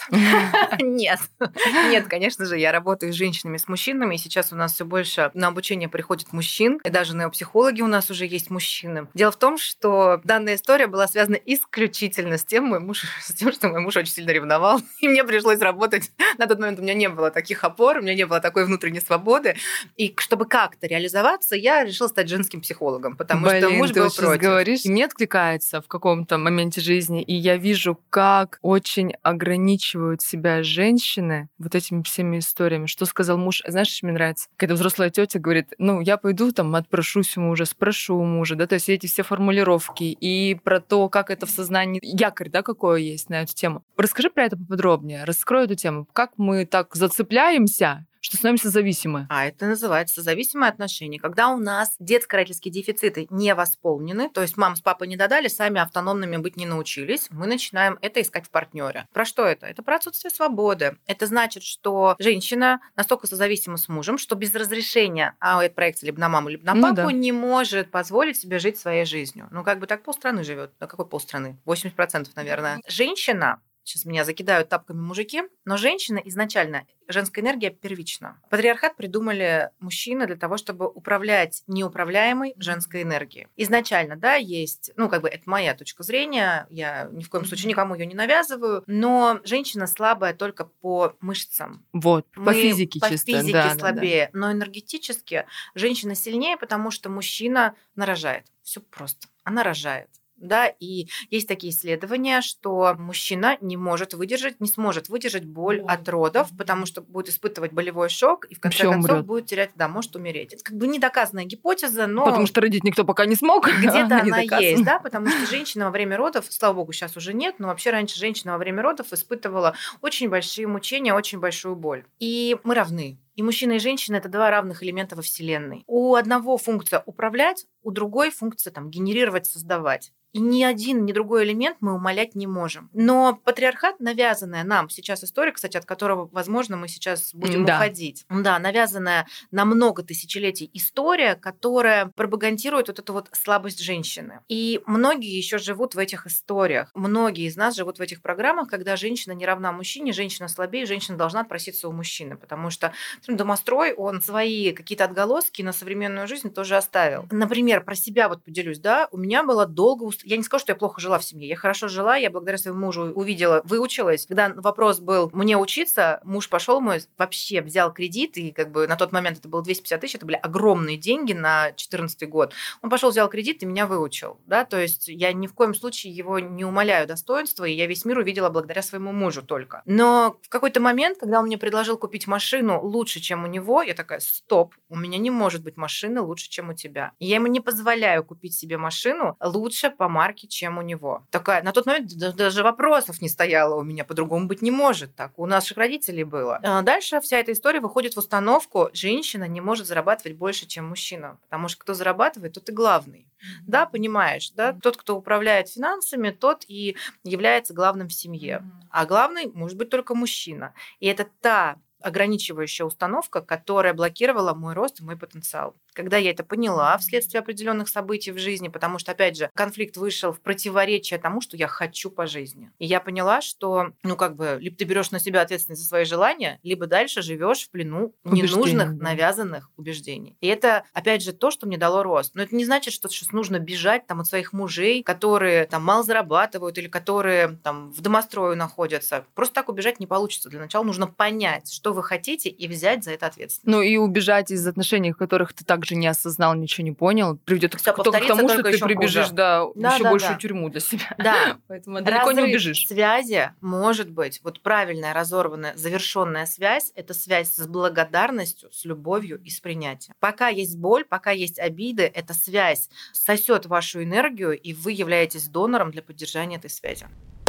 Нет. Нет, конечно же, я работаю с женщинами, с мужчинами, и сейчас у нас все больше на обучение приходит мужчин, и даже неопсихологи у нас уже есть мужчины. Дело в том, что данная история была связана исключительно с тем, мой муж, с тем, что мой муж очень сильно ревновал, и мне пришлось работать. На тот момент у меня не было таких опор, у меня не было такой внутренней свободы, и чтобы как-то реализоваться, я решила стать женским психологом, потому Блин, что муж ты был вот сейчас против. говоришь, и мне откликается в каком-то моменте жизни, и я вижу, как очень ограничивают себя женщины вот этими всеми историями. Что сказал муж? Знаешь, что мне нравится? Когда взрослая тетя говорит, ну, я пойду там отпрошусь у мужа, спрошу у мужа, да, то есть эти все формулировки и про то, как это в сознании, якорь, да, какое есть на эту тему. Расскажи про это поподробнее, раскрой эту тему. Как мы так зацепляемся, что становимся зависимы. А это называется зависимые отношения. Когда у нас детско-родительские дефициты не восполнены, то есть мам с папой не додали, сами автономными быть не научились, мы начинаем это искать в партнере. Про что это? Это про отсутствие свободы. Это значит, что женщина настолько созависима с мужем, что без разрешения, а это проекция либо на маму, либо на Ну папу, да. не может позволить себе жить своей жизнью. Ну, как бы так полстраны живет. Ну, какой полстраны? восемьдесят процентов, наверное. Женщина, сейчас меня закидают тапками мужики, но женщина изначально, женская энергия первична. Патриархат придумали мужчины для того, чтобы управлять неуправляемой женской энергией. Изначально, да, есть, ну, как бы это моя точка зрения, я ни в коем случае никому ее не навязываю, но женщина слабая только по мышцам. Вот, по Мы физике по чисто. физике да, да, да. слабее, но энергетически женщина сильнее, потому что мужчина нарожает. Все просто. Она рожает. Да, и есть такие исследования, что мужчина не может выдержать, не сможет выдержать боль от родов, потому что будет испытывать болевой шок и в конце Вообще концов умрет. будет терять, да, может умереть. Это как бы недоказанная гипотеза, но Потому что родить никто пока не смог. где-то Не она доказано. есть, да, потому что женщина во время родов, слава богу, сейчас уже нет, но вообще раньше женщина во время родов испытывала очень большие мучения, очень большую боль. И мы равны. И мужчина и женщина – это два равных элемента во Вселенной. У одного функция управлять, у другой функция там, генерировать, создавать. И ни один, ни другой элемент мы умалять не можем. Но патриархат, навязанная нам сейчас история, кстати, от которого, возможно, мы сейчас будем Да. уходить. Да, навязанная на много тысячелетий история, которая пропагандирует вот эту вот слабость женщины. И многие еще живут в этих историях. Многие из нас живут в этих программах, когда женщина не равна мужчине, женщина слабее, женщина должна отпроситься у мужчины, потому что Домострой, он свои какие-то отголоски на современную жизнь тоже оставил. Например, про себя вот поделюсь, да, у меня было долго... Уст... Я не скажу, что я плохо жила в семье, я хорошо жила, я благодаря своему мужу увидела, выучилась. Когда вопрос был мне учиться, муж пошел мой, вообще взял кредит, и как бы на тот момент это было двести пятьдесят тысяч, это были огромные деньги на четырнадцатый год. Он пошел, взял кредит и меня выучил, да, то есть я ни в коем случае его не умаляю достоинства, и я весь мир увидела благодаря своему мужу только. Но в какой-то момент, когда он мне предложил купить машину лучше, чем у него, я такая, стоп, у меня не может быть машины лучше, чем у тебя. И я ему не позволяю купить себе машину лучше по марке, чем у него. Такая, на тот момент даже вопросов не стояло у меня, по-другому быть не может. Так у наших родителей было. А дальше вся эта история выходит в установку, женщина не может зарабатывать больше, чем мужчина, потому что кто зарабатывает, тот и главный. Mm-hmm. Да, понимаешь, да, тот, кто управляет финансами, тот и является главным в семье. Mm-hmm. А главный может быть только мужчина. И это та ограничивающая установка, которая блокировала мой рост и мой потенциал. Когда я это поняла вследствие определенных событий в жизни, потому что, опять же, конфликт вышел в противоречие тому, что я хочу по жизни. И я поняла, что, ну, как бы, либо ты берешь на себя ответственность за свои желания, либо дальше живешь в плену ненужных, да. навязанных убеждений. И это, опять же, то, что мне дало рост. Но это не значит, что сейчас нужно бежать там от своих мужей, которые там мало зарабатывают или которые там в домострою находятся. Просто так убежать не получится. Для начала нужно понять, что вы хотите, и взять за это ответственность. Ну и убежать из отношений, в которых ты также не осознал, ничего не понял, приведет к тому, что ты прибежишь да, да, еще да, большую да. тюрьму для себя. Да. Поэтому далеко Разрыв не убежишь. Связи может быть вот правильная, разорванная, завершенная связь – это связь с благодарностью, с любовью и с принятием. Пока есть боль, пока есть обиды, эта связь сосет вашу энергию, и вы являетесь донором для поддержания этой связи.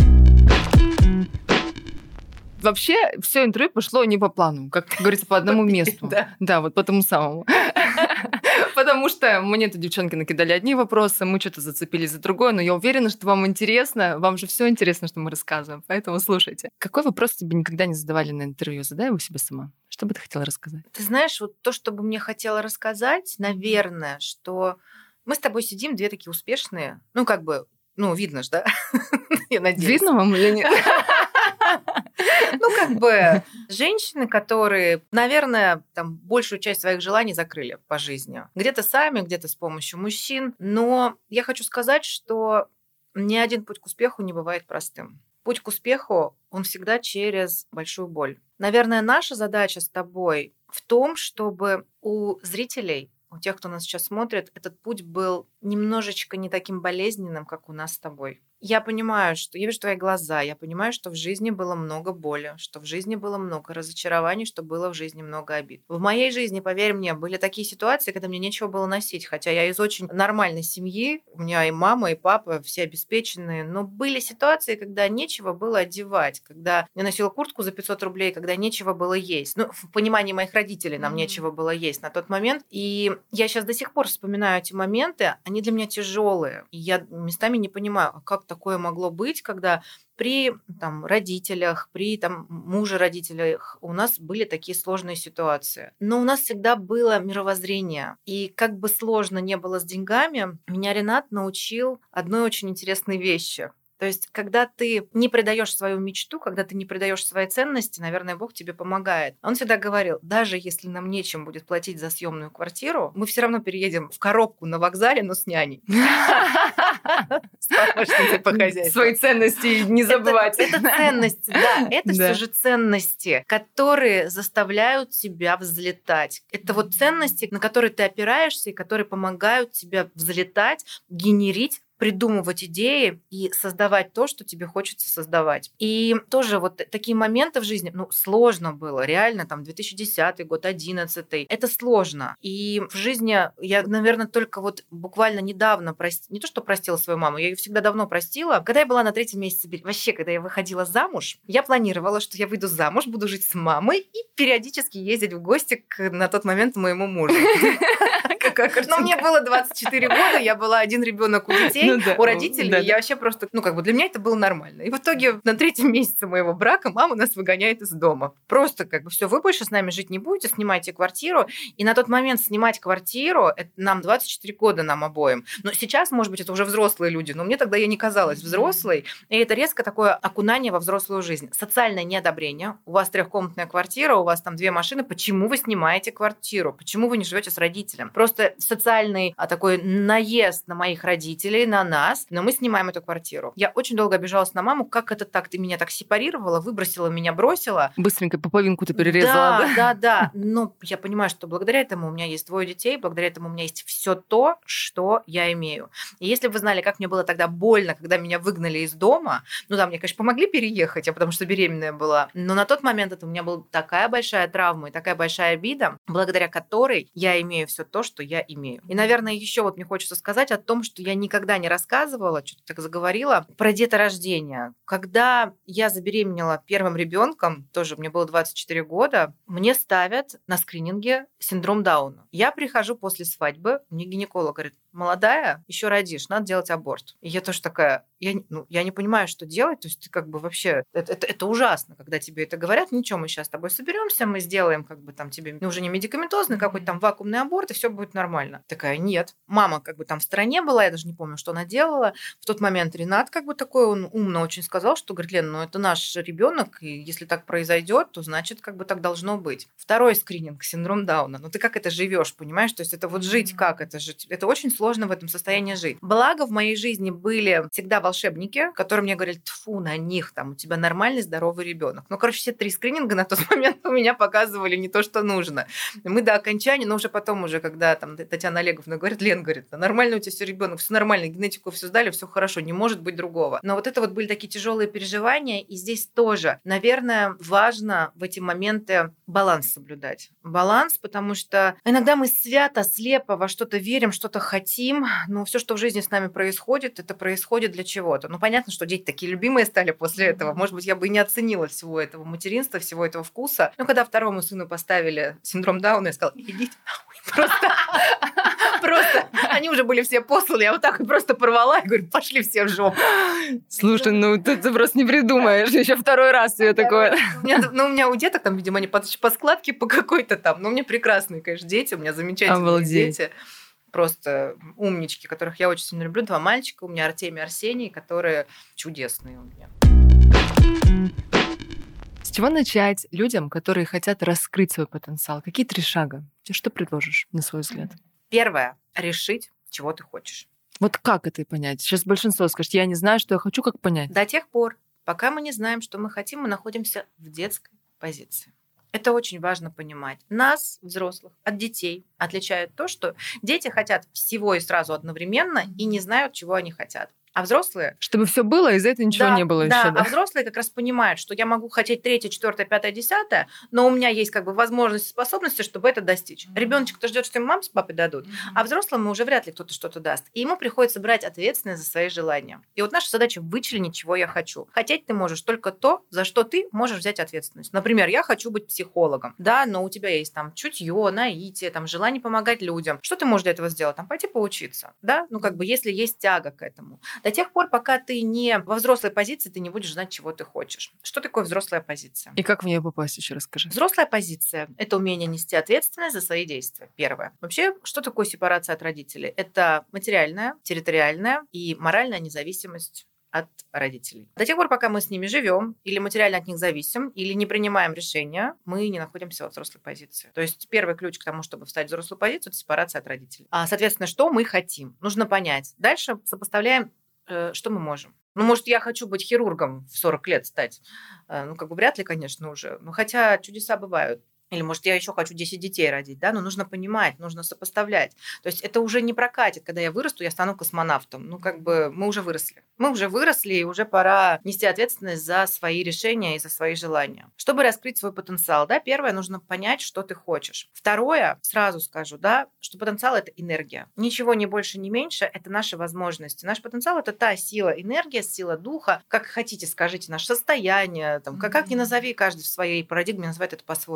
Вообще, все интервью пошло не по плану, как говорится, по одному месту. Да. да, вот по тому самому. Потому что мне-то девчонки накидали одни вопросы, мы что-то зацепились за другое, но я уверена, что вам интересно, вам же все интересно, что мы рассказываем, поэтому слушайте. Какой вопрос тебе никогда не задавали на интервью? Задай его себе сама. Что бы ты хотела рассказать? Ты знаешь, вот то, что бы мне хотела рассказать, наверное, что мы с тобой сидим, две такие успешные, ну, как бы, ну, видно ж, да? Я надеюсь. Видно вам или нет? Ну, как бы женщины, которые, наверное, там большую часть своих желаний закрыли по жизни. Где-то сами, где-то с помощью мужчин. Но я хочу сказать, что ни один путь к успеху не бывает простым. Путь к успеху, он всегда через большую боль. Наверное, наша задача с тобой в том, чтобы у зрителей, у тех, кто нас сейчас смотрит, этот путь был немножечко не таким болезненным, как у нас с тобой. Я понимаю, что я вижу твои глаза, я понимаю, что в жизни было много боли, что в жизни было много разочарований, что было в жизни много обид. В моей жизни, поверь мне, были такие ситуации, когда мне нечего было носить, хотя я из очень нормальной семьи, у меня и мама, и папа, все обеспеченные, но были ситуации, когда нечего было одевать, когда я носила куртку за пятьсот рублей, когда нечего было есть. Ну, в понимании моих родителей нам mm-hmm. нечего было есть на тот момент. И я сейчас до сих пор вспоминаю эти моменты, они для меня тяжелые. И я местами не понимаю, а как такое могло быть, когда при там, родителях, при там, муже-родителях у нас были такие сложные ситуации. Но у нас всегда было мировоззрение. И как бы сложно не было с деньгами, меня Ренат научил одной очень интересной вещи. То есть, когда ты не предаешь свою мечту, когда ты не предаешь свои ценности, наверное, Бог тебе помогает. Он всегда говорил, даже если нам нечем будет платить за съемную квартиру, мы все равно переедем в коробку на вокзале, но с няней. Свои ценности не забывать. Это ценности, да. Это все же ценности, которые заставляют тебя взлетать. Это вот ценности, на которые ты опираешься и которые помогают тебе взлетать, генерить, придумывать идеи и создавать то, что тебе хочется создавать. И тоже вот такие моменты в жизни, ну, сложно было, реально, там, две тысячи десятый год, две тысячи одиннадцатый, это сложно. И в жизни я, наверное, только вот буквально недавно, прости... не то, что простила свою маму, я ее всегда давно простила. Когда я была на третьем месяце, вообще, когда я выходила замуж, я планировала, что я выйду замуж, буду жить с мамой и периодически ездить в гости к, на тот момент, моему мужу. такая картинка. Но мне было двадцать четыре года, я была один ребенок у детей, Ну да, у родителей, да, и я да. вообще просто, ну как бы для меня это было нормально. И в итоге на третьем месяце моего брака мама нас выгоняет из дома. Просто как бы все, вы больше с нами жить не будете, снимайте квартиру. И на тот момент снимать квартиру, это нам двадцать четыре года нам обоим. Но сейчас, может быть, это уже взрослые люди, но мне тогда я не казалась взрослой. И это резко такое окунание во взрослую жизнь. Социальное неодобрение. У вас трехкомнатная квартира, у вас там две машины. Почему вы снимаете квартиру? Почему вы не живете с родителем? Просто социальный а, такой наезд на моих родителей, на нас, но мы снимаем эту квартиру. Я очень долго обижалась на маму. Как это так? Ты меня так сепарировала, выбросила, меня бросила. Быстренько пуповинку ты перерезала, да? Да, да, да. Но я понимаю, что благодаря этому у меня есть двое детей, благодаря этому у меня есть все то, что я имею. И если бы вы знали, как мне было тогда больно, когда меня выгнали из дома, ну да, мне, конечно, помогли переехать, я потому что беременная была, но на тот момент это у меня была такая большая травма и такая большая обида, благодаря которой я имею все то, что я имею. И, наверное, еще вот мне хочется сказать о том, что я никогда не рассказывала, что-то так заговорила, про деторождение. Когда я забеременела первым ребенком, тоже мне было двадцать четыре года, мне ставят на скрининге синдром Дауна. Я прихожу после свадьбы, мне гинеколог говорит: молодая, еще родишь, надо делать аборт. И я тоже такая, я, ну, я не понимаю, что делать, то есть ты как бы вообще, это, это, это ужасно, когда тебе это говорят, ничего, мы сейчас с тобой соберемся, мы сделаем как бы там тебе, ну, уже не медикаментозный, какой-то там вакуумный аборт, и все будет нормально. Такая, нет. Мама как бы там в стране была, я даже не помню, что она делала. В тот момент Ренат как бы такой, он умно очень сказал, что, говорит: Лен, ну это наш ребенок, и если так произойдет, то значит как бы так должно быть. Второй скрининг, синдром Дауна. Ну ты как это живешь, понимаешь? То есть это вот жить, как это жить? Это очень сложно в этом состоянии жить. Благо в моей жизни были всегда волшебники, которые мне говорили: тьфу на них, там у тебя нормальный здоровый ребенок. Ну, короче, все три скрининга на тот момент у меня показывали не то, что нужно. Мы до окончания, но уже потом, уже когда там Татьяна Олеговна говорит: Лен, говорит, нормально у тебя все ребенок, все нормально, генетику все сдали, все хорошо, не может быть другого. Но вот это вот были такие тяжелые переживания, и здесь тоже, наверное, важно в эти моменты баланс соблюдать. Баланс, потому что иногда мы свято, слепо во что-то верим, что-то хотим, но все, что в жизни с нами происходит, это происходит для чего-то. Ну, понятно, что дети такие любимые стали после этого. Может быть, я бы и не оценила всего этого материнства, всего этого вкуса. Но когда второму сыну поставили синдром Дауна, я сказала: идите нахуй. Просто, просто. Они уже были все посланы, я вот так и просто порвала и говорю: пошли все в жопу. Слушай, ну ты, ты просто не придумаешь. Еще второй раз тебе такое. У меня, ну, у меня у деток там, видимо, они по, по складке по какой-то там. Но у меня прекрасные, конечно, дети, у меня замечательные Обалдеть. дети. Просто умнички, которых я очень сильно люблю. Два мальчика, у меня Артемий и Арсений, которые чудесные у меня. С чего начать людям, которые хотят раскрыть свой потенциал? Какие три шага? Ты что предложишь, на свой взгляд? Первое. Решить, чего ты хочешь. Вот как это понять? Сейчас большинство скажет: я не знаю, что я хочу, как понять? До тех пор, пока мы не знаем, что мы хотим, мы находимся в детской позиции. Это очень важно понимать. Нас, взрослых, от детей отличает то, что дети хотят всего и сразу одновременно и не знают, чего они хотят. А взрослые... Чтобы все было, из-за этого ничего да, не было да, еще. Да, а взрослые как раз понимают, что я могу хотеть третье, четвертое, пятое, десятое, но у меня есть как бы возможности, способности, чтобы это достичь. Mm-hmm. Ребеночек-то ждет, что ему мама с папой дадут, mm-hmm. а взрослому уже вряд ли кто-то что-то даст. И ему приходится брать ответственность за свои желания. И вот наша задача — вычленить, чего я хочу. Хотеть ты можешь только то, за что ты можешь взять ответственность. Например, я хочу быть психологом, да, но у тебя есть там чутье, наитие, там желание помогать людям. Что ты можешь для этого сделать? Там пойти поучиться, да? Ну как бы если есть тяга к этому. До тех пор, пока ты не во взрослой позиции, ты не будешь знать, чего ты хочешь. Что такое взрослая позиция? И как в нее попасть, еще расскажи. Взрослая позиция – это умение нести ответственность за свои действия. Первое. Вообще, что такое сепарация от родителей? Это материальная, территориальная и моральная независимость от родителей. До тех пор, пока мы с ними живем, или материально от них зависим, или не принимаем решения, мы не находимся во взрослой позиции. То есть первый ключ к тому, чтобы встать в взрослую позицию – это сепарация от родителей. А, соответственно, что мы хотим? Нужно понять. Дальше сопоставляем, что мы можем. Ну, может, я хочу быть хирургом в сорок лет стать. Ну, как бы вряд ли, конечно, уже. Но хотя чудеса бывают. Или, может, я еще хочу десять детей родить, да, но нужно понимать, нужно сопоставлять. То есть это уже не прокатит, когда я вырасту, я стану космонавтом. Ну, как бы мы уже выросли. Мы уже выросли, и уже пора нести ответственность за свои решения и за свои желания. Чтобы раскрыть свой потенциал, да, первое, нужно понять, что ты хочешь. Второе, сразу скажу, да, что потенциал – это энергия. Ничего не больше, не меньше, это наши возможности. Наш потенциал – это та сила, энергия, сила духа, как хотите, скажите, наше состояние, там, как, как ни назови, каждый в своей парадигме называет это по-своему.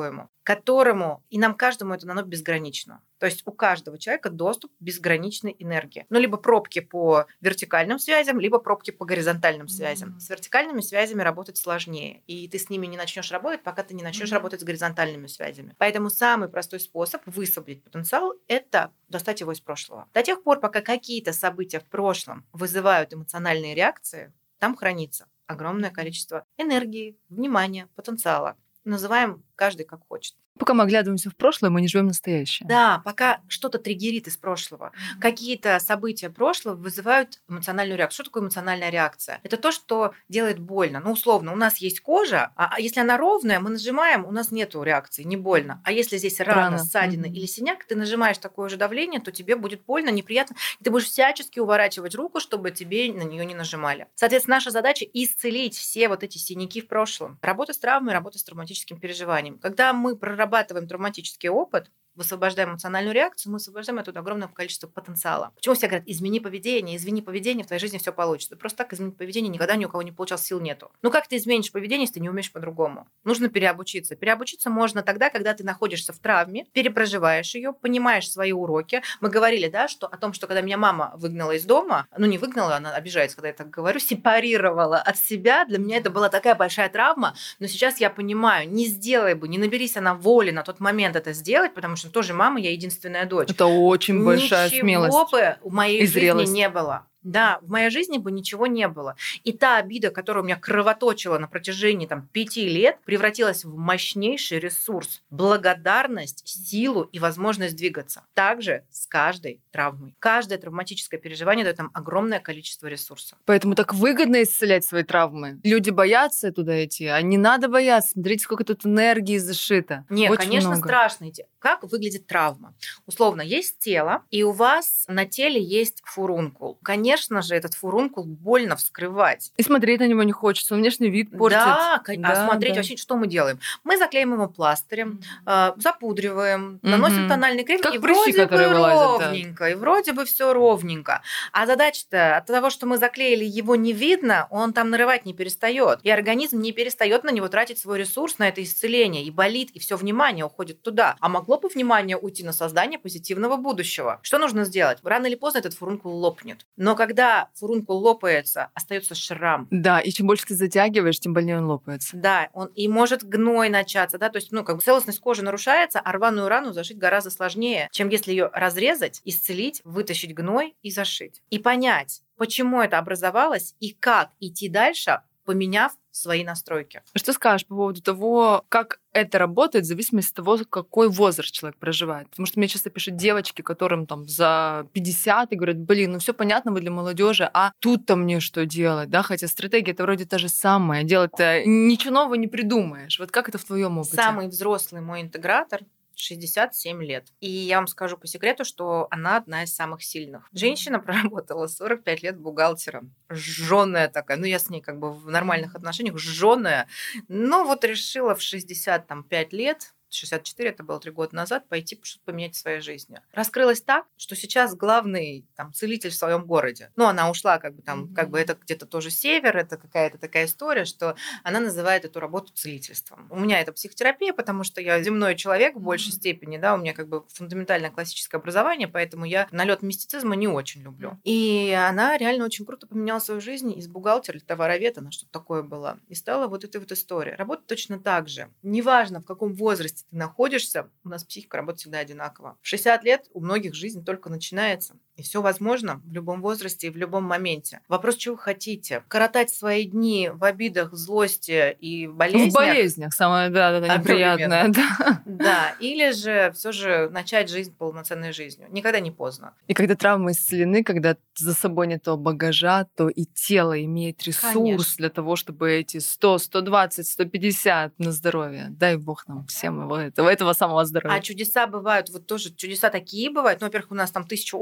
которому, и нам каждому это дано безгранично. То есть у каждого человека доступ к безграничной энергии. Ну, либо пробки по вертикальным связям, либо пробки по горизонтальным связям. Mm-hmm. С вертикальными связями работать сложнее, и ты с ними не начнешь работать, пока ты не начнешь mm-hmm. работать с горизонтальными связями. Поэтому самый простой способ высвободить потенциал – это достать его из прошлого. До тех пор, пока какие-то события в прошлом вызывают эмоциональные реакции, там хранится огромное количество энергии, внимания, потенциала. Называем каждый как хочет. Пока мы оглядываемся в прошлое, мы не живем настоящее. Да, пока что-то триггерит из прошлого. Mm-hmm. Какие-то события прошлого вызывают эмоциональную реакцию. Что такое эмоциональная реакция? Это то, что делает больно. Ну, условно, у нас есть кожа, а если она ровная, мы нажимаем, у нас нету реакции, не больно. А если здесь рана, рана. ссадина mm-hmm. или синяк, ты нажимаешь такое же давление, то тебе будет больно, неприятно. И ты будешь всячески уворачивать руку, чтобы тебе на нее не нажимали. Соответственно, наша задача исцелить все вот эти синяки в прошлом. Работа с травмой, работа с травматическим переживанием. Когда мы прорабатываем Прорабатываем травматический опыт, высвобождаем эмоциональную реакцию, мы высвобождаем оттуда огромное количество потенциала. Почему все говорят, измени поведение, измени поведение, в твоей жизни все получится. Просто так изменить поведение никогда ни у кого не получалось, сил нету. Ну как ты изменишь поведение, если ты не умеешь по-другому? Нужно переобучиться. Переобучиться можно тогда, когда ты находишься в травме, перепроживаешь ее, понимаешь свои уроки. Мы говорили, да, что о том, что когда меня мама выгнала из дома, ну не выгнала, она обижается, когда я так говорю, сепарировала от себя, для меня это была такая большая травма, но сейчас я понимаю, не сделай бы, не наберись она воли на тот момент это сделать, потому что тоже мама, я единственная дочь. Это очень большая Ничего смелость. Ничего бы в моей и жизни зрелость. не было. Да, в моей жизни бы ничего не было. И та обида, которая у меня кровоточила на протяжении там, пяти лет, превратилась в мощнейший ресурс. Благодарность, силу и возможность двигаться. Также с каждой травмой. Каждое травматическое переживание дает нам огромное количество ресурсов. Поэтому так выгодно исцелять свои травмы. Люди боятся туда идти, а не надо бояться. Смотрите, сколько тут энергии зашито. Нет, Очень конечно, много. страшно идти. Как выглядит травма? Условно, есть тело, и у вас на теле есть фурункул. Конечно же, этот фурункул больно вскрывать. И смотреть на него не хочется, он внешний вид портит. Да, да а смотреть да. вообще, что мы делаем? Мы заклеим его пластырем, Mm-hmm. э, запудриваем, Mm-hmm. наносим тональный крем, как и прыщи, вроде бы вылазят, ровненько, да. и вроде бы все ровненько. А задача-то от того, что мы заклеили, его не видно, он там нарывать не перестает. И организм не перестает на него тратить свой ресурс, на это исцеление, и болит, и все внимание уходит туда. А могло бы внимание уйти на создание позитивного будущего. Что нужно сделать? Рано или поздно этот фурункул лопнет. Но когда фурункул лопается, остается шрам. Да, и чем больше ты затягиваешь, тем больнее он лопается. Да, он и может гной начаться, да, то есть, ну, как бы целостность кожи нарушается, а рваную рану зашить гораздо сложнее, чем если ее разрезать, исцелить, вытащить гной и зашить. И понять, почему это образовалось и как идти дальше, поменяв свои настройки. Что скажешь по поводу того, как это работает в зависимости от того, какой возраст человек проживает? Потому что мне часто пишут девочки, которым там за пятьдесят, и говорят, блин, ну все понятно, вы для молодежи, а тут-то мне что делать, да? Хотя стратегия это вроде та же самая, делать-то ничего нового не придумаешь. Вот как это в твоем опыте? Самый взрослый мой интегратор шестьдесят семь лет. И я вам скажу по секрету, что она одна из самых сильных. Женщина проработала сорок пять лет бухгалтером. Жжёная такая. Ну, я с ней как бы в нормальных отношениях. Жжёная. Но вот решила в шестьдесят пять лет, шестьдесят четыре, это было три года назад, пойти что-то поменять в своей жизни. Раскрылась так, что сейчас главный там, целитель в своем городе. Ну, она ушла, как бы там, mm-hmm. как бы это где-то тоже север, это какая-то такая история, что она называет эту работу целительством. У меня это психотерапия, потому что я земной человек в большей mm-hmm. степени, да, у меня как бы фундаментальное классическое образование, поэтому я налет мистицизма не очень люблю. Mm-hmm. И она реально очень круто поменяла свою жизнь из бухгалтера, товароведа, она что-то такое была, и стала вот этой вот историей. Работает точно так же. Неважно, в каком возрасте ты находишься, у нас психика работает всегда одинаково. В шестьдесят лет у многих жизнь только начинается. И все возможно в любом возрасте и в любом моменте. Вопрос, чего вы хотите? Коротать свои дни в обидах, в злости и в болезнях? В болезнях, самое, да, да, неприятное. Да. да, или же все же начать жизнь полноценной жизнью. Никогда не поздно. И когда травмы исцелены, когда за собой нет того багажа, то и тело имеет ресурс Конечно. Для того, чтобы эти сто, сто двадцать, сто пятьдесят на здоровье. Дай бог нам всем его, этого, этого самого здоровья. А чудеса бывают, вот тоже чудеса такие бывают. Ну, во-первых, у нас там тысяча отзывов есть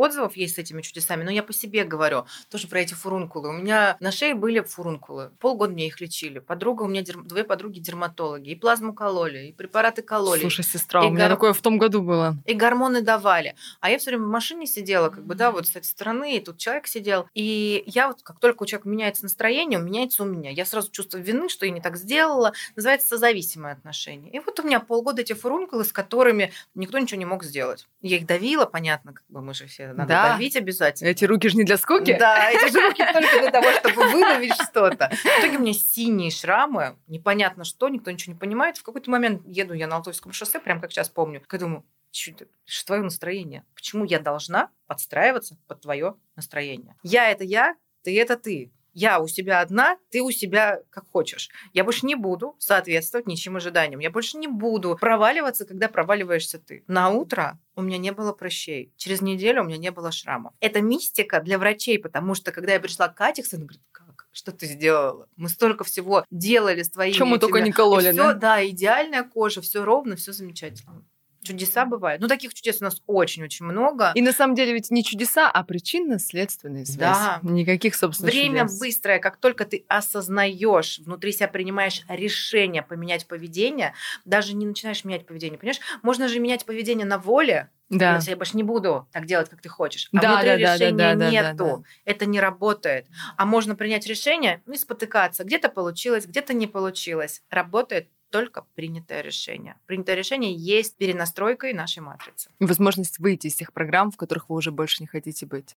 окей с этими чудесами, но я по себе говорю, тоже про эти фурункулы. У меня на шее были фурункулы. Полгода мне их лечили. Подруга, у меня дер... две подруги дерматологи. И плазму кололи, и препараты кололи. Слушай, сестра, и у меня гор... такое в том году было. И гормоны давали. А я все время в машине сидела, как бы, да, вот с этой стороны, и тут человек сидел. И я вот, как только у человека меняется настроение, меняется у меня. Я сразу чувствую вины, что я не так сделала. Называется созависимое отношение. И вот у меня полгода эти фурункулы, с которыми никто ничего не мог сделать. Я их давила, понятно, как бы мы же все надо да. давить обязательно. Эти руки же не для скуки. Да, эти же руки только для того, чтобы выдавить что-то. В итоге у меня синие шрамы, непонятно что, никто ничего не понимает. В какой-то момент еду я на Алтайском шоссе, прям как сейчас помню, я думаю, что твое настроение? Почему я должна подстраиваться под твое настроение? Я – это я, ты – это ты. Я у себя одна, ты у себя как хочешь. Я больше не буду соответствовать ничьим ожиданиям. Я больше не буду проваливаться, когда проваливаешься ты. На утро у меня не было прыщей. Через неделю у меня не было шрамов. Это мистика для врачей, потому что, когда я пришла к Катиксу, она говорит, как? Что ты сделала? Мы столько всего делали с твоими... Чем мы только не кололи, всё, да? Да, идеальная кожа, все ровно, все замечательно. Чудеса бывают. Ну, таких чудес у нас очень-очень много. И на самом деле ведь не чудеса, а причинно-следственные связи. Да. Никаких, собственно, Время чудес. быстрое. Как только ты осознаешь, внутри себя принимаешь решение поменять поведение, даже не начинаешь менять поведение. Понимаешь, можно же менять поведение на воле. Да. Я больше не буду так делать, как ты хочешь. А Да, внутри да, да, решения да, да, нету. да, да. Это не работает. А можно принять решение и спотыкаться. Где-то получилось, где-то не получилось. Работает только принятое решение. Принятое решение есть перенастройкой нашей матрицы. Возможность выйти из тех программ, в которых вы уже больше не хотите быть.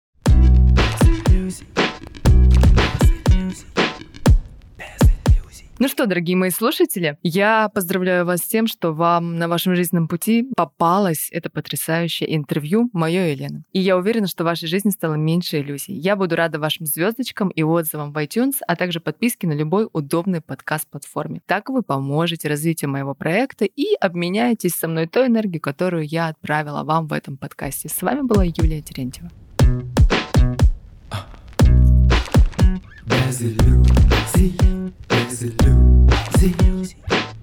Ну что, дорогие мои слушатели, я поздравляю вас с тем, что вам на вашем жизненном пути попалось это потрясающее интервью мое и Елены. И я уверена, что в вашей жизни стало меньше иллюзий. Я буду рада вашим звездочкам и отзывам в iTunes, а также подписке на любой удобной подкаст-платформе. Так вы поможете развитию моего проекта и обменяетесь со мной той энергией, которую я отправила вам в этом подкасте. С вами была Юлия Терентьева. Без иллюзий, без иллюзий,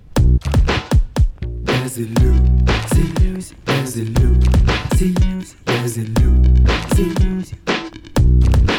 без иллюзий, без иллюзий, без иллюзий.